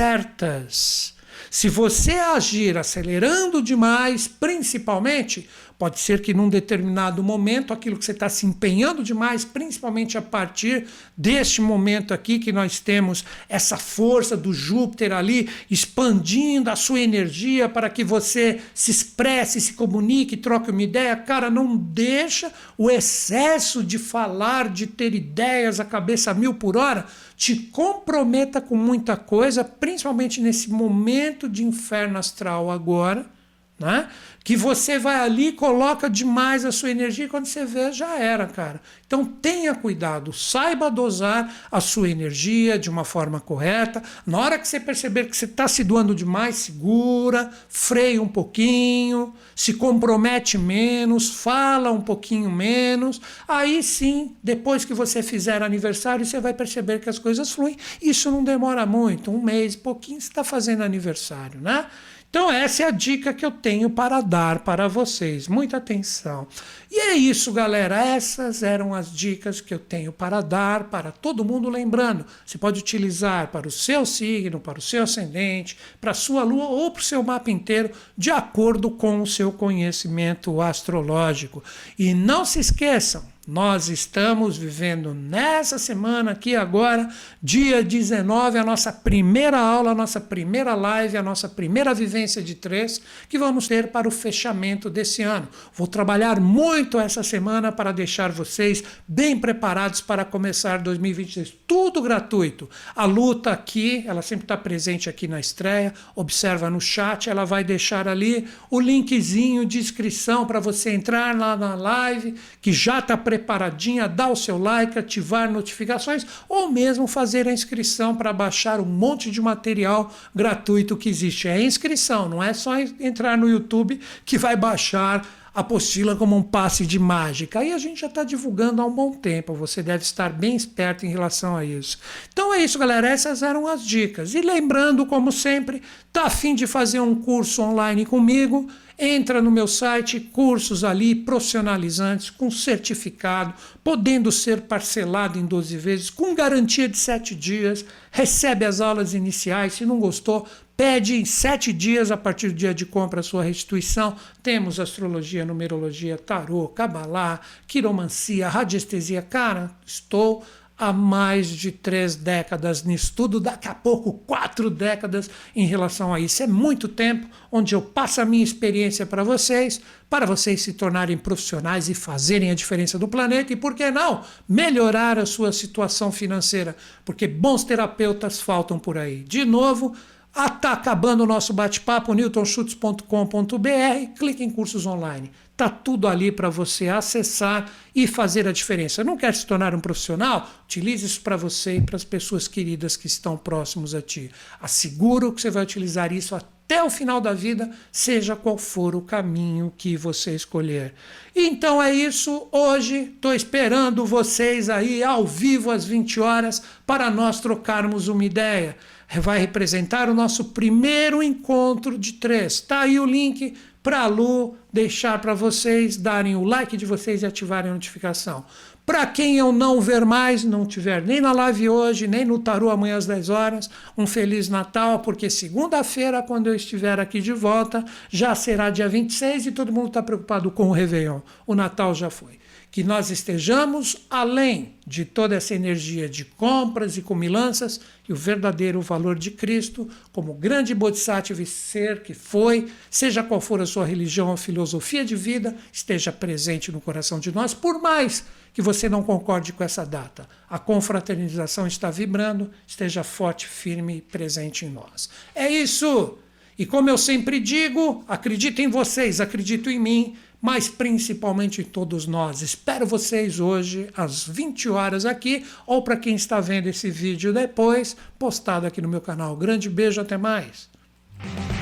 certas. Se você agir acelerando demais, principalmente, pode ser que num determinado momento, aquilo que você está se empenhando demais, principalmente a partir deste momento aqui, que nós temos essa força do Júpiter ali, expandindo a sua energia para que você se expresse, se comunique, troque uma ideia. Cara, não deixa o excesso de falar, de ter ideias, a cabeça a mil por hora, te comprometa com muita coisa, principalmente nesse momento de inferno astral agora, né? Que você vai ali, coloca demais a sua energia e quando você vê, já era, cara. Então tenha cuidado, saiba dosar a sua energia de uma forma correta. Na hora que você perceber que você está se doando demais, segura, freia um pouquinho, se compromete menos, fala um pouquinho menos. Aí sim, depois que você fizer aniversário, você vai perceber que as coisas fluem. Isso não demora muito, um mês, pouquinho, você está fazendo aniversário, né? Então essa é a dica que eu tenho para dar para vocês. Muita atenção. E é isso, galera. Essas eram as dicas que eu tenho para dar para todo mundo. Lembrando, você pode utilizar para o seu signo, para o seu ascendente, para a sua lua ou para o seu mapa inteiro, de acordo com o seu conhecimento astrológico. E não se esqueçam, nós estamos vivendo nessa semana aqui agora, dia dezenove, a nossa primeira aula, a nossa primeira live, a nossa primeira vivência de três, que vamos ter para o fechamento desse ano. Vou trabalhar muito essa semana para deixar vocês bem preparados para começar dois mil e vinte e três. Tudo gratuito. A Lu está aqui, ela sempre está presente aqui na estreia, observa no chat, ela vai deixar ali o linkzinho de inscrição para você entrar lá na live, que já está preparadinha, dar o seu like, ativar notificações ou mesmo fazer a inscrição para baixar um monte de material gratuito que existe. É inscrição, não é só entrar no YouTube que vai baixar a apostila como um passe de mágica. Aí a gente já está divulgando há um bom tempo, você deve estar bem esperto em relação a isso. Então é isso, galera, essas eram as dicas. E lembrando, como sempre, tá a fim de fazer um curso online comigo? Entra no meu site, cursos ali profissionalizantes, com certificado, podendo ser parcelado em doze vezes, com garantia de sete dias, recebe as aulas iniciais, se não gostou, pede em sete dias a partir do dia de compra a sua restituição. Temos astrologia, numerologia, tarô, cabalá, quiromancia, radiestesia. Cara, estou há mais de três décadas nisso tudo, daqui a pouco quatro décadas em relação a isso. É muito tempo onde eu passo a minha experiência para vocês, para vocês se tornarem profissionais e fazerem a diferença do planeta e, por que não, melhorar a sua situação financeira, porque bons terapeutas faltam por aí. De novo, está acabando o nosso bate-papo, newton schutz ponto com ponto b r, clique em cursos online. Está tudo ali para você acessar e fazer a diferença. Não quer se tornar um profissional? Utilize isso para você e para as pessoas queridas que estão próximos a ti. Asseguro que você vai utilizar isso até o final da vida, seja qual for o caminho que você escolher. Então é isso. Hoje estou esperando vocês aí ao vivo às vinte horas para nós trocarmos uma ideia. Vai representar o nosso primeiro encontro de três. Está aí o link para a Lu deixar para vocês, darem o like de vocês e ativarem a notificação. Para quem eu não ver mais, não tiver nem na live hoje, nem no tarô amanhã às dez horas, um Feliz Natal, porque segunda-feira, quando eu estiver aqui de volta, já será dia vinte e seis e todo mundo está preocupado com o Réveillon. O Natal já foi. Que nós estejamos além de toda essa energia de compras e comilanças e o verdadeiro valor de Cristo, como grande Bodhisattva ser que foi, seja qual for a sua religião ou filosofia de vida, esteja presente no coração de nós, por mais que você não concorde com essa data. A confraternização está vibrando, esteja forte, firme e presente em nós. É isso! E como eu sempre digo, acredito em vocês, acredito em mim, mas principalmente em todos nós. Espero vocês hoje às vinte horas aqui, ou para quem está vendo esse vídeo depois, postado aqui no meu canal. Grande beijo, até mais!